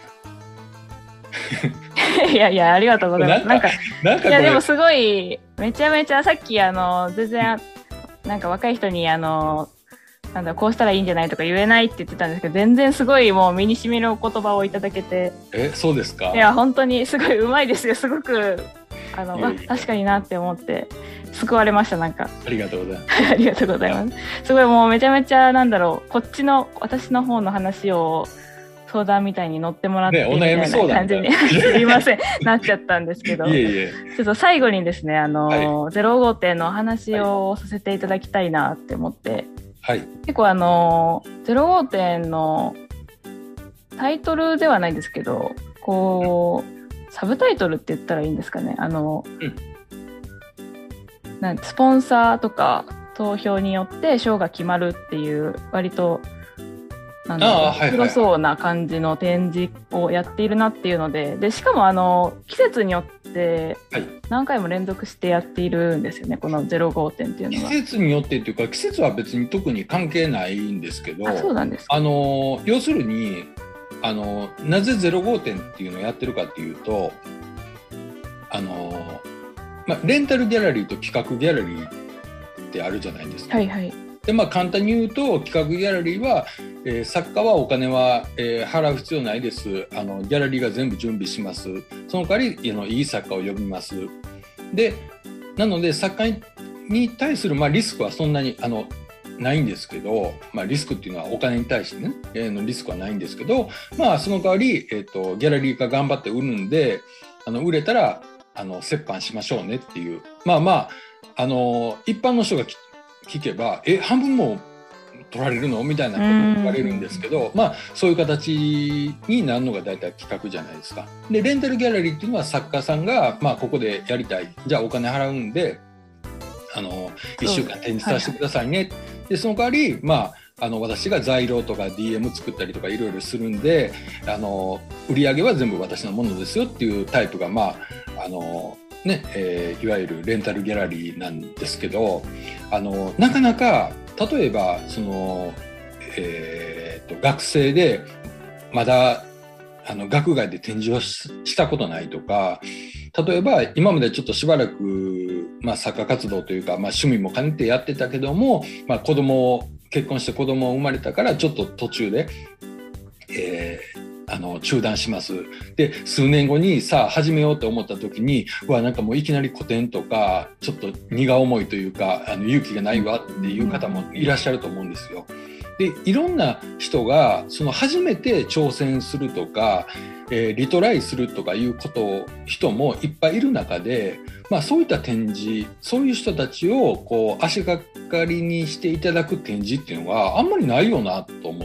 いやいや、ありがとうございます。なんか、 なんかいやでもすごいめちゃめちゃさっきあの全然なんか若い人にあのなんだこうしたらいいんじゃないとか言えないって言ってたんですけど、全然すごいもう身に染みるお言葉をいただけて、 え、そうですか。 いや本当にすごいうまいですよ。すごくあのいやいやあ確かになって思って救われました。なんかありがとうございます。 ありがとうございます。すごいもうめちゃめちゃなんだろう、こっちの私の方の話を相談みたいに乗ってもらって、 ね、お悩み相談みたいな感じにすいませんなっちゃったんですけど、 いえいえ、 ちょっと最後にですね、あの、 はゼロ号店のお話をさせていただきたいなって思って、 はい、 結構あのゼロ号店のタイトルではないんですけど、こうサブタイトルって言ったらいいんですかね、あの、 うん、 なんスポンサーとか投票によって賞が決まるっていう割となんだろう、 ああ、はいはい、 面白そうな感じの展示をやっているなっていうので、でしかもあの季節によって何回も連続してやっているんですよね、このゼロ号店っていうのは。 季節によってっていうか、季節は別に特に関係ないんですけど、 あ、そうなんですか。 あの要するにあのなぜゼロ号店っていうのをやってるかっていうと、あの、まあ、レンタルギャラリーと企画ギャラリーってあるじゃないですか。 はいはい。 でまあ、簡単に言うと企画ギャラリーは、えー、作家はお金は、えー、払う必要ないです。あのギャラリーが全部準備します。その代わりあのいい作家を呼びます。でなので作家に対する、まあ、リスクはそんなにあのないんですけど、まあ、リスクっていうのはお金に対してね、えー、のリスクはないんですけど、まあ、その代わり、えーと、ギャラリーが頑張って売るんで、あの売れたらあの折半しましょうねっていう、まあまあ、あの一般の人が聞けば、え半分も取られるのみたいなこと言われるんですけど、まあそういう形になるのが大体企画じゃないですか。でレンタルギャラリーっていうのは作家さんが、まあ、ここでやりたい、じゃあお金払うんであのいっしゅうかん展示させてくださいね、はいはい、でその代わり、まあ、あの私が材料とか ディーエム 作ったりとかいろいろするんで、あの売り上げは全部私のものですよっていうタイプが、まああのねえー、いわゆるレンタルギャラリーなんですけど、あのなかなか例えばその、えー、と学生でまだあの学外で展示を し, したことないとか、例えば今までちょっとしばらく、まあ、作家活動というか、まあ、趣味も兼ねてやってたけども、まあ、子供を結婚して子供を生まれたからちょっと途中で、えーあの中断します。で数年後にさあ始めようと思った時に、うわなんかもういきなり古典とかちょっと荷が重いというか、あの勇気がないわっていう方もいらっしゃると思うんですよ。でいろんな人がその初めて挑戦するとか、えー、リトライするとかいうこと人もいっぱいいる中で、まあ、そういった展示、そういう人たちをこう足がかりにしていただく展示っていうのがあんまりないよなと思って。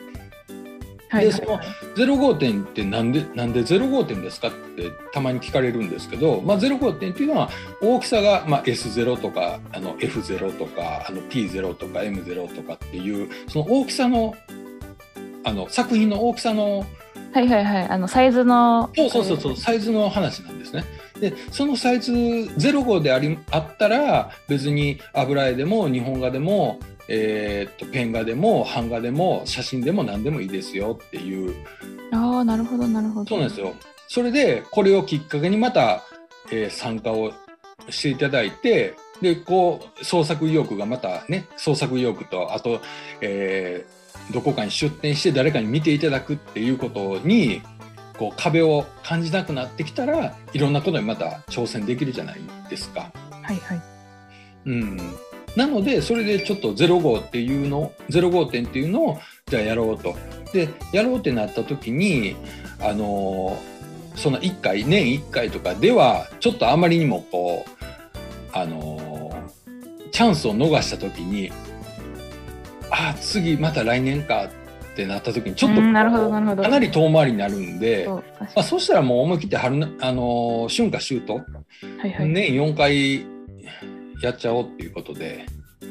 でそのゼロ号店ってなんでなんでゼロ号店ですかってたまに聞かれるんですけど、まあ、ゼロ号店っていうのは大きさが、まあ、エスゼロ とかあの エフゼロ とかあの ピーゼロ とか エムゼロ とかっていうその大きさの、 あの作品の大きさのはいはいはい、あのサイズの。 そうそうそうそう、サイズの話なんですね。でそのサイズゼロ号でありあったら別に油絵でも日本画でも、えー、っとペン画でも版画でも写真でも何でもいいですよっていう。 ああ、なるほどなるほど。 そうなんですよ。それでこれをきっかけにまた、えー、参加をしていただいて、でこう創作意欲がまたね、創作意欲とあと、えー、どこかに出展して誰かに見ていただくっていうことにこう壁を感じなくなってきたら、いろんなことにまた挑戦できるじゃないですか。 はいはい。 うん、なのでそれでちょっとゼロ号っていうのゼロ号展っていうのをじゃあやろうと。でやろうってなった時にあのそのいっかい年いっかいとかではちょっとあまりにもこうあのチャンスを逃した時に、あ次また来年かってなった時にちょっとなるほどなるほど、 かなり遠回りになるんで、 そうまあ、そしたらもう思い切って春なあの春夏秋冬、 はいはい、 年よんかいやっちゃおうっていうことで、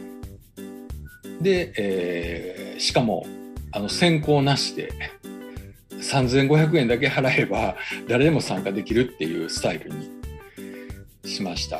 で、えーしかもあの選考なしでさんぜんごひゃくえんだけ払えば誰でも参加できるっていうスタイルにしました。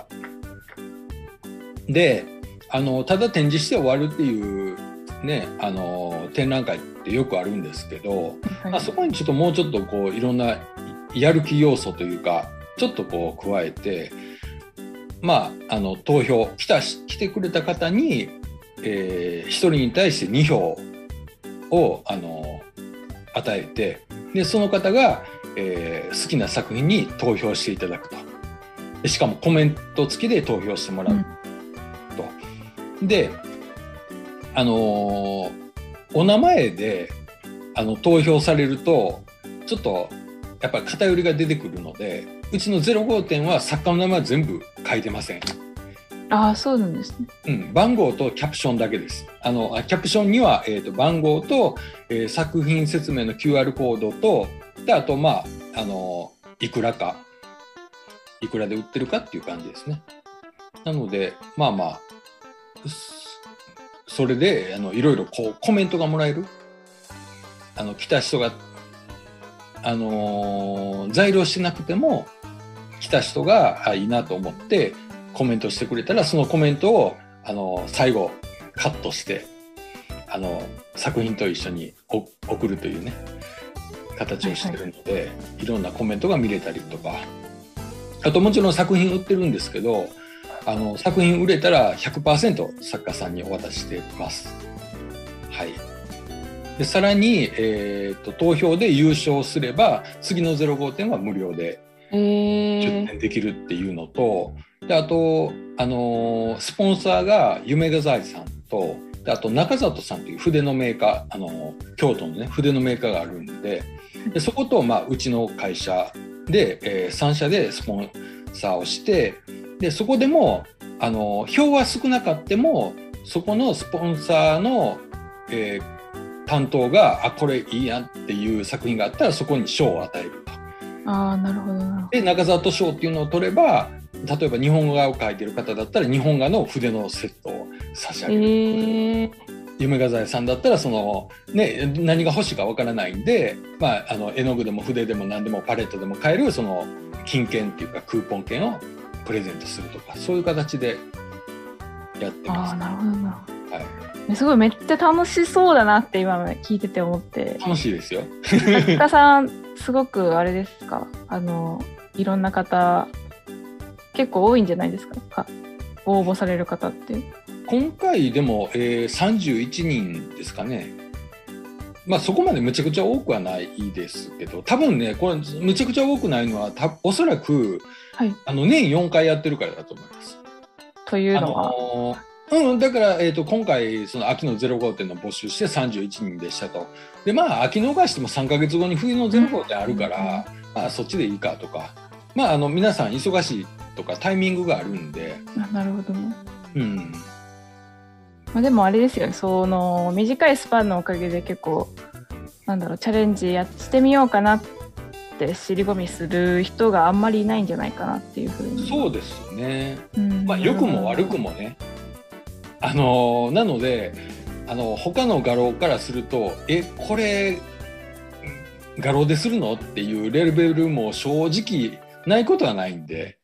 であのただ展示して終わるっていうね、あの展覧会ってよくあるんですけど、 はい、 まあ、そこにちょっともうちょっとこういろんなやる気要素というかちょっとこう加えて、まあ、あの投票来た来てくれた方に、えー、ひとりに対してに票をあの与えて、でその方が、えー、好きな作品に投票していただくと。でしかもコメント付きで投票してもらうと、うん、であのー、お名前であの投票されるとちょっとやっぱり偏りが出てくるので、うちのゼロ号店は作家の名前は全部書いてません。 ああ、そうなんですね。 うん、番号とキャプションだけです。あのキャプションには、えー、と番号と、えー、作品説明の キューアール コードと、であとまあ、あのいくらかいくらで売ってるかっていう感じですね。なのでまあまあそれであのいろいろこうコメントがもらえる。あの来た人があのー、材料してなくても来た人があいいなと思ってコメントしてくれたら、そのコメントをあの最後カットしてあの作品と一緒に送るというね形をしてるので、はいはい、いろんなコメントが見れたりとか、あともちろん作品売ってるんですけど、あの作品売れたら ひゃくパーセント 作家さんにお渡ししてます。はい。でさらに、えー、と投票で優勝すれば次のゼロ号店は無料で出店できるっていうのと、であと、あのー、スポンサーが夢画材さんと、であと中里さんという筆のメーカー、あのー、京都のね筆のメーカーがあるんで、でそこと、まあ、うちの会社で、えー、さん社でスポンサーをして、でそこでも、あのー、票は少なかってもそこのスポンサーの、えー、担当があこれいいやっていう作品があったらそこに賞を与えると。 あー、なるほどな。 で中里賞っていうのを取れば、例えば日本画を描いてる方だったら日本画の筆のセットを差し上げる、えー、夢画材さんだったらその、ね、何が欲しいかわからないんで、まあ、あの絵の具でも筆でも何でもパレットでも買えるその金券っていうかクーポン券をプレゼントするとか、そういう形でやってます。 あー、なるほどな、 はい、 すごいめっちゃ楽しそうだなって今聞いてて思って。 楽しいですよ。 作家さんすごくあれですか、あのいろんな方結構多いんじゃないですか、応募される方って。 今回でも、えー、さんじゅういちにんですかね。まあそこまでむちゃくちゃ多くはないですけど、多分ねこれむちゃくちゃ多くないのはたおそらく、はい、あの年よんかいやってるからだと思います。 というのは、あのー、うん、だから、えーと、今回その秋のゼロ号店の募集してさんじゅういちにんでしたと。でまあ秋逃してもさんかげつごに冬のゼロ号店あるから、うんうん、まあそっちでいいかとか、まああの皆さん忙しいとかタイミングがあるんで。 あ、なるほどね。 うん。 まあ、でもあれですよね、その短いスパンのおかげで結構なんだろうチャレンジやってみようかなって尻込みする人があんまりいないんじゃないかなっていうふうに。 そうですね。 うん、 まあ良くも悪くもね。あのー、なのであの他の画廊からするとえこれ画廊でするのっていうレベルも正直ないことはないんで、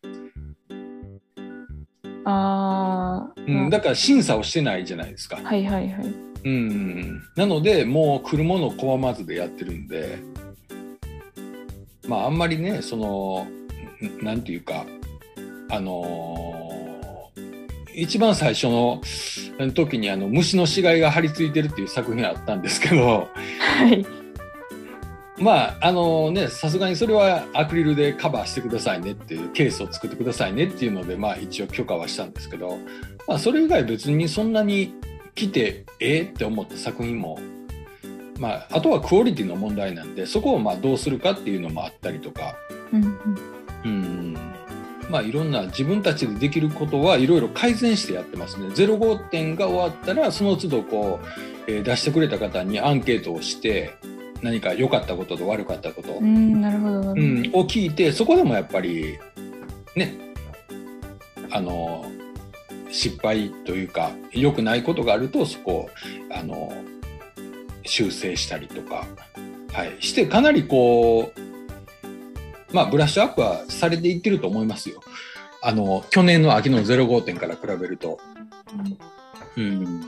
あー、 うん、だから審査をしてないじゃないですか。 はいはいはい。 うん、なのでもう来るものを拒まずでやってるんで、まああんまりねそのなんていうかあのー、一番最初の時にあの虫の死骸が張り付いてるっていう作品あったんですけど、 はい。 まああのねさすがにそれはアクリルでカバーしてくださいねっていうケースを作ってくださいねっていうので、まあ一応許可はしたんですけど、まあ、それ以外別にそんなに来てえー、って思った作品も、まあ、あとはクオリティの問題なんでそこをまあどうするかっていうのもあったりとか、 うんうん、 うんまあいろんな自分たちでできることはいろいろ改善してやってますね。ゼロごてんが終わったらその都度こう、えー、出してくれた方にアンケートをして何か良かったことと悪かったこと、 うん、なるほど、うん、 を聞いてそこでもやっぱりねあの失敗というか良くないことがあるとそこをあの修正したりとか、はい、してかなりこう、まあ、ブラッシュアップはされていってると思いますよ。あの去年の秋のゼロごてんから比べると。うん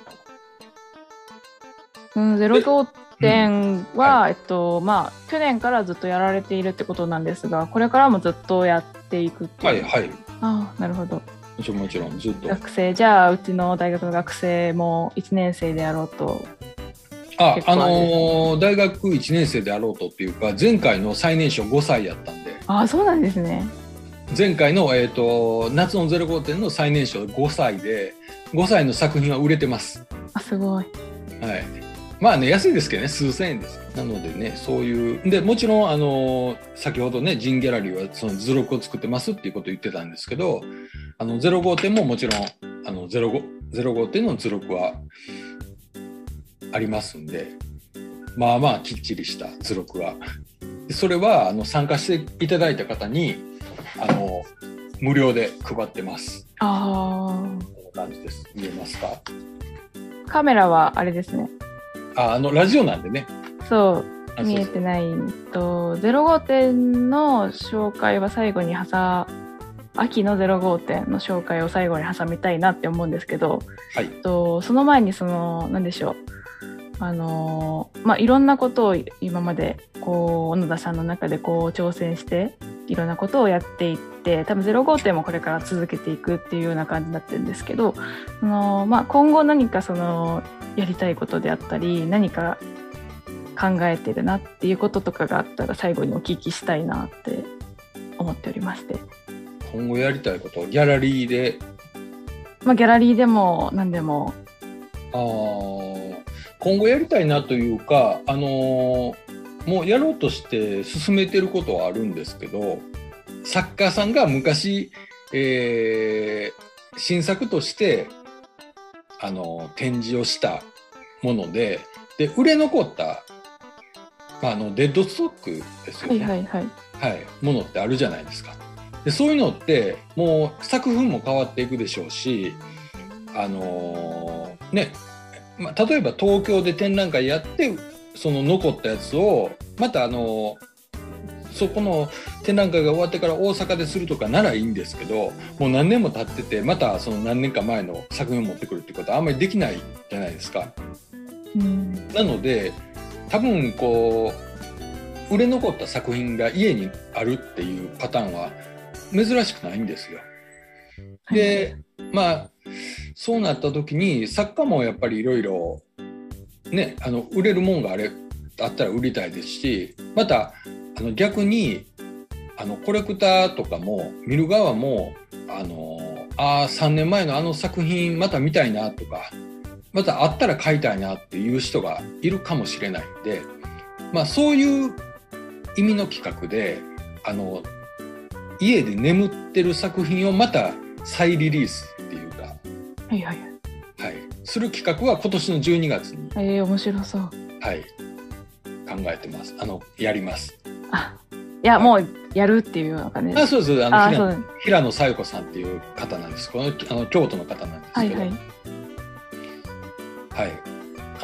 うん、ゼロごてんは、はい、えっとまあ、去年からずっとやられているってことなんですがこれからもずっとやっていくっていう。 はいはい。 ああ、なるほど。 もちろんもちろんずっと学生じゃあうちの大学の学生もいちねん生であろうとああのー、大学いちねん生であろうとっていうか前回の最年少ごさいやったんで。 あ、そうなんですね。 前回の、えーと、夏のゼロごてんの最年少ごさいでごさいの作品は売れてます。 あ、すごい。 はい、まあね安いですけどね数千円です。なのでねそういうでもちろんあの先ほどねジンギャラリーはその図録を作ってますっていうことを言ってたんですけどあのゼロごてんももちろんあのゼロごてんの図録はありますんでまあまあきっちりした図録はそれはあの参加していただいた方にあの無料で配ってます。 ああ、 こんな感じです。見えますか？ カメラはあれですね。 あ、あのラジオなんでね。 そう見えてないとゼロごてんの紹介は最後に挟秋のゼロごてんの紹介を最後に挟みたいなって思うんですけど、 はい、 とその前にその何でしょうあのまあいろんなことを今までこう小野田さんの中でこう挑戦していろんなことをやっていって多分ゼロごてんもこれから続けていくっていうような感じになってるんですけどその、まあ、今後何かそのやりたいことであったり何か考えてるなっていうこととかがあったら最後にお聞きしたいなって思っておりまして。 今後やりたいことギャラリーで、 まあ、ギャラリーでも何でもあ今後やりたいなというか、あのー、もうやろうとして進めてることはあるんですけど作家さんが昔、えー、新作として、あのー、展示をしたもので、で売れ残った、まあ、あのデッドストックですよね、 はいはいはいはい、ものってあるじゃないですか。でそういうのってもう作風も変わっていくでしょうし、あのー、ねまあ、例えば東京で展覧会やってその残ったやつをまたあのそこの展覧会が終わってから大阪でするとかならいいんですけどもう何年も経っててまたその何年か前の作品を持ってくるってことはあんまりできないじゃないですか。 うん、なので多分こう売れ残った作品が家にあるっていうパターンは珍しくないんですよ。で、まあそうなった時に作家もやっぱりいろいろねあの売れるもんがあれあったら売りたいですし、またあの逆にあのコレクターとかも見る側もあのあさんねんまえのあの作品また見たいなとかまたあったら買いたいなっていう人がいるかもしれないんで、まあそういう意味の企画であの家で眠ってる作品をまた再リリースっていうか、 はいはいはい、する企画は今年のじゅうにがつに、 えー、面白そう、 はい、考えてます。あのやります。 あ、いや、はい、もうやるっていうような感じです。 あ、そうです。あのあ平野平野小夜子さんっていう方なんです。このあの京都の方なんですけど、はいはい、はい、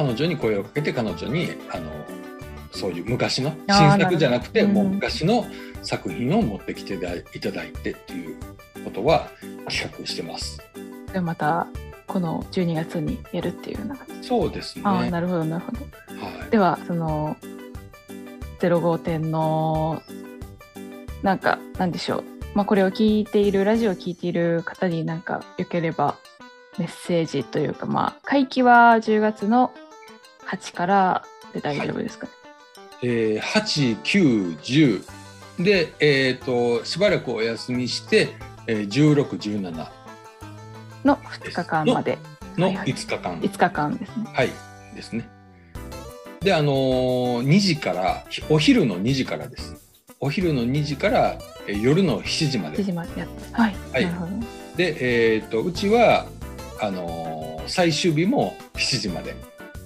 彼女に声をかけて彼女にあのそういう昔の新作じゃなくてもう昔の作品を持ってきていただいてっていうことは企画してます。 でまたこのじゅうにがつにやるっていうような感じ。 そうですね。 あなるほどなるほど、はい、ではそのゼロご展のなんかなんでしょう、まあ、これを聞いているラジオを聞いている方になんかよければメッセージというか、まあ会期はじゅうがつのはちからで大丈夫ですかね。 はい、えー、はち、きゅう、じゅうで、えー、としばらくお休みして、えー、じゅうろく、じゅうななのふつかかんまでのいつかかん、 いつかかんですね。 はいですね。であのー、にじからお昼のにじからです。お昼のにじから、えー、夜のしちじまで。 しちじまでやって、はい、はい、なるほど。 で、えー、とうちはあのー、最終日もしちじまで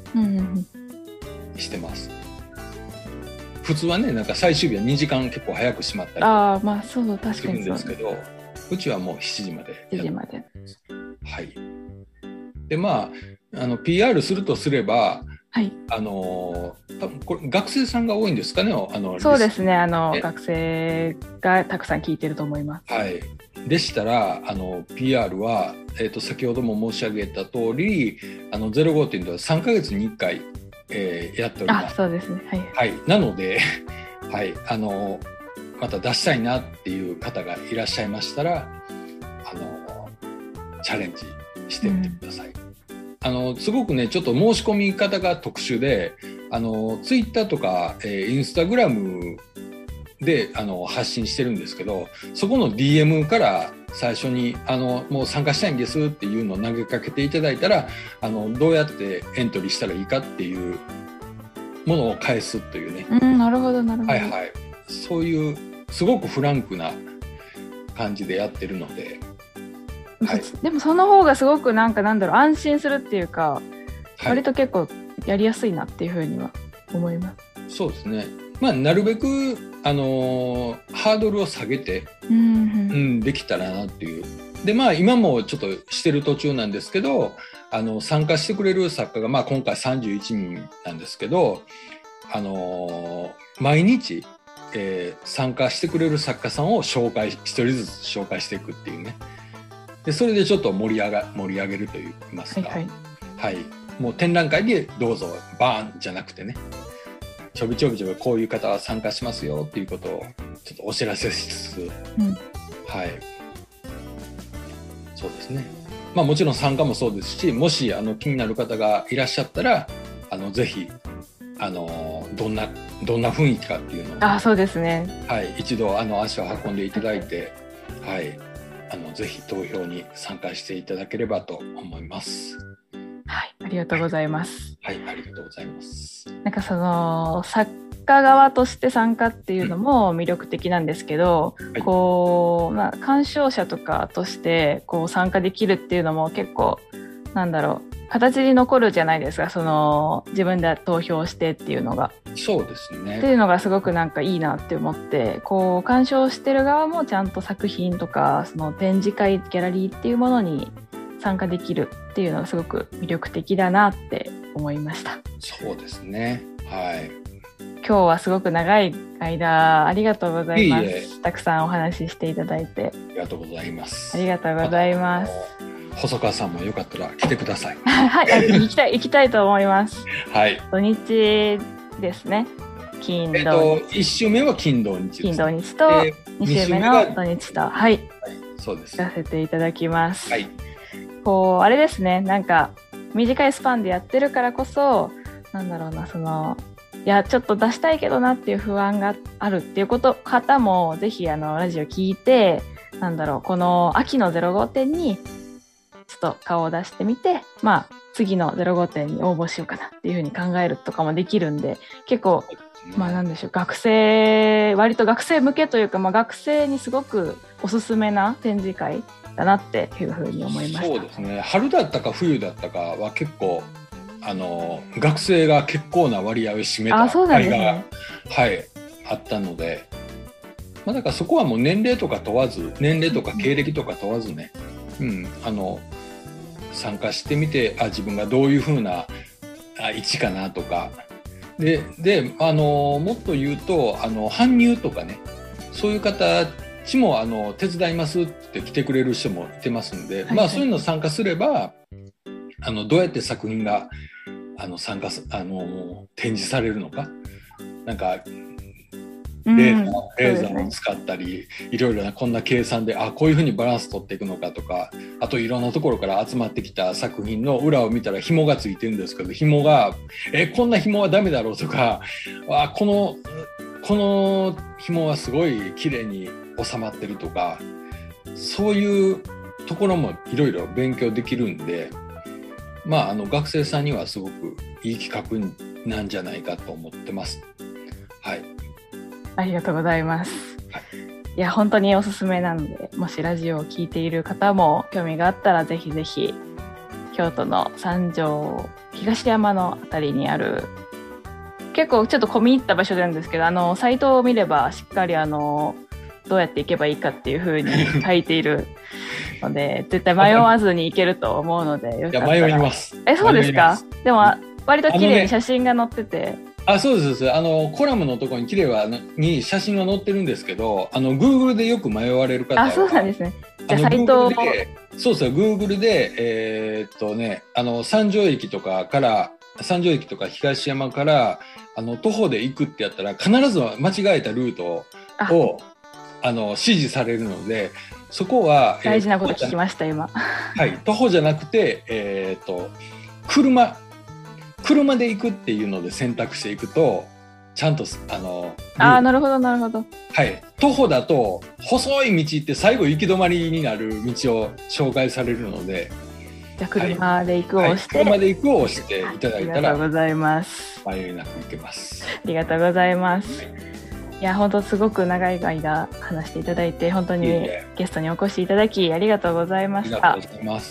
してます。普通はねなんか最終日はにじかん結構早く閉まったりあまあそう確かにするんですけど、うちはもうしちじまでやってます。 しちじまで。 はい。でまああの ピーアール するとすれば、 はい、 あの多分これ学生さんが多いんですかね。あのそうですね。あの学生がたくさん聞いてると思います。 はい。でしたらあの ピーアール は、えー、と先ほども申し上げた通りあのゼロごてんではさんかげつにいっかい、えー、やっております。 あそうですね。はい。 はい、なので、はい、あのまた出したいなっていう方がいらっしゃいましたらあのチャレンジしてみてください。うん、あのすごくねちょっと申し込み方が特殊であのツイッターとか、えー、インスタグラムであの発信してるんですけどそこの ディーエム から最初にあのもう参加したいんですっていうのを投げかけていただいたらあのどうやってエントリーしたらいいかっていうものを返すというね、 うん、なるほどなるほど、 はいはい、そういうすごくフランクな感じでやってるので、 はい、でもその方がすごくなんかなんだろう安心するっていうか、はい、割と結構やりやすいなっていうふうには思います。 そうですね。まあなるべくあのー、ハードルを下げて、 うんうんうん、できたらなっていう。でまあ今もちょっとしてる途中なんですけどあの参加してくれる作家が、まあ、今回さんじゅういちにんなんですけど、あのー、毎日、えー、参加してくれる作家さんを紹介ひとりずつ紹介していくっていうね。でそれでちょっと盛り上が盛り上げるといいますか、 はいはいはい、もう展覧会でどうぞバーンじゃなくてねちょびちょびちょびこういう方は参加しますよっていうことをちょっとお知らせしつつ、 うん、 はいそうですね。まあもちろん参加もそうですしもしあの気になる方がいらっしゃったらあのぜひあのどんなどんな雰囲気かっていうのを、 あそうですね、 はい、一度あの足を運んでいただいて、はい、あのぜひ投票に参加していただければと思います。 はい、ありがとうございます。 はい、はい、ありがとうございます。 なんかその作家側として参加っていうのも魅力的なんですけど、うん、こう、まあ、鑑賞者とかとしてこう参加できるっていうのも結構なんだろう形に残るじゃないですか。その自分で投票してっていうのが。 そうですね。 っていうのがすごくなんかいいなって思ってこう鑑賞してる側もちゃんと作品とかその展示会ギャラリーっていうものに参加できるっていうのがすごく魅力的だなって思いました。 そうですね。はい。 今日はすごく長い間ありがとうございます。 いいえたくさんお話ししていただいてありがとうございます。 ありがとうございます。 細川さんもよかったら来てください。 はい、行きたい行きたいと思います。 はい。 土日ですね。金土日。えっといち週目は金土日です。 金土日とに週目の土日と、はい、はい、 そうです。 やらせていただきます。 はい。 こうあれですね。なんか短いスパンでやってるからこそなんだろうなそのいやちょっと出したいけどなっていう不安があるっていうこと方もぜひあのラジオ聞いてなんだろうこの秋のゼロご展にちょっと顔を出してみてまあ次のゼロご展に応募しようかなっていうふうに考えるとかもできるんで結構まあなんでしょう学生割と学生向けというか、まあ、学生にすごくおすすめな展示会だなっていうふうに思いました。 そうですね。春だったか冬だったかは結構あの学生が結構な割合を占めた会が、ね、はい、あったので、まあ、だからそこはもう年齢とか問わず年齢とか経歴とか問わずね、うん、あの参加してみてあ自分がどういうふうなあいちかなとかで、であのもっと言うとあの搬入とかね、そういう方ちもあの手伝いますって来てくれる人もいてますんで、はいはい、まあそういうの参加すればあのどうやって作品があの参加あの展示されるのか、なんかレーザー、レーザーを使ったり、うん、いろいろなこんな計算であこういうふうにバランス取っていくのかとか、あといろんなところから集まってきた作品の裏を見たら紐がついてるんですけど、紐がえこんな紐はダメだろうとか、あこのこの紐はすごい綺麗に収まってるとか、そういうところもいろいろ勉強できるんで、まあ、あの学生さんにはすごくいい企画なんじゃないかと思ってます。はい。 ありがとうございます。はい、いや本当におすすめなので、もしラジオを聞いている方も興味があったらぜひぜひ京都の三条東山のあたりにある、結構ちょっと込み入った場所なんですけど、あのサイトを見ればしっかりあのどうやって行けばいいかっていう風に書いているので絶対迷わずに行けると思うので、よかったら。いや迷います。えそうですか。でも割と綺麗に写真が載ってて、 あ、ね、あそうですあのコラムのところに綺麗はに写真が載ってるんですけど、あの Google でよく迷われる方は、 あそうなんですね。じゃあサイトをそうそう Google でえー、っとねあの三条駅とかから三条駅とか東山からあの徒歩で行くってやったら必ず間違えたルートをあの指示されるので、そこは大事なこと聞きました、えー、今。 はい、徒歩じゃなくて、えー、と車車で行くっていうので選択していくとちゃんとあのあーなるほどなるほど。 はい、徒歩だと細い道って最後行き止まりになる道を紹介されるので、 じゃあ車で行くを押して、 はいはい、車で行くを押していただいたら、ありがとうございます。 迷いなく行けます。 ありがとうございます。はい、いや本当すごく長い間話していただいて本当にゲストにお越しいただきありがとうございました。 ありがとうございます。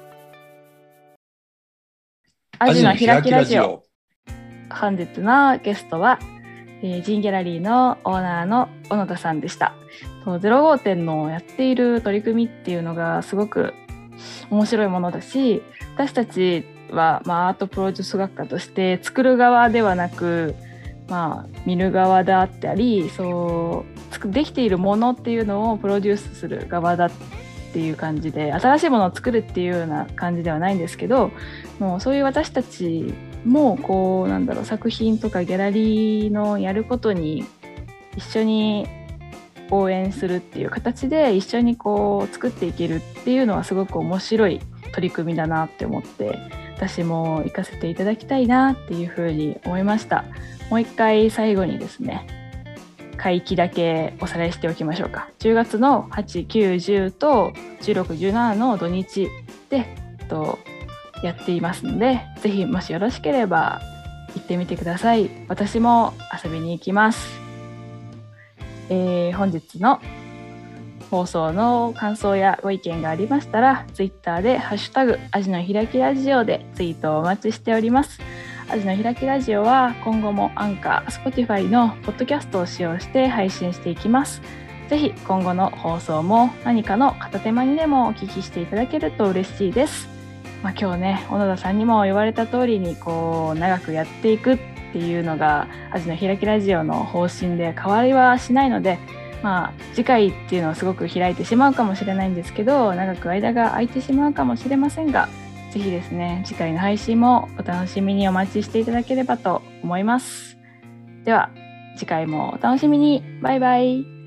アジの開きラジオ、本日のゲストは、えー、ジンギャラリーのオーナーの小野田さんでした。ゼロ号店のやっている取り組みっていうのがすごく面白いものだし、私たちは、まあ、アートプロデュース学科として作る側ではなく、まあ、見る側であったり、そうできているものっていうのをプロデュースする側だっていう感じで、新しいものを作るっていうような感じではないんですけど、もうそういう私たちもこうなんだろう作品とかギャラリーのやることに一緒に応援するっていう形で一緒にこう作っていけるっていうのはすごく面白い取り組みだなって思って、私も行かせていただきたいなっていうふうに思いました。もう一回最後にですね、会期だけおさらいしておきましょうか。じゅうがつのはち、く、じゅうとじゅうろく、じゅうしちの土日でとやっていますので、ぜひもしよろしければ行ってみてください。私も遊びに行きます。えー、本日の放送の感想やご意見がありましたら、ツイッターでハッシュタグアジの開きラジオでツイートをお待ちしております。アジの開きラジオは今後もアンカー、Spotify のポッドキャストを使用して配信していきます。ぜひ今後の放送も何かの片手間にでもお聞きしていただけると嬉しいです。まあ、今日ね、小野田さんにも言われた通りにこう長くやっていくっていうのがアジの開きラジオの方針で変わりはしないので、まあ、次回っていうのはすごく開いてしまうかもしれないんですけど、長く間が空いてしまうかもしれませんが、ぜひですね、次回の配信もお楽しみにお待ちしていただければと思います。では次回もお楽しみに。バイバイ。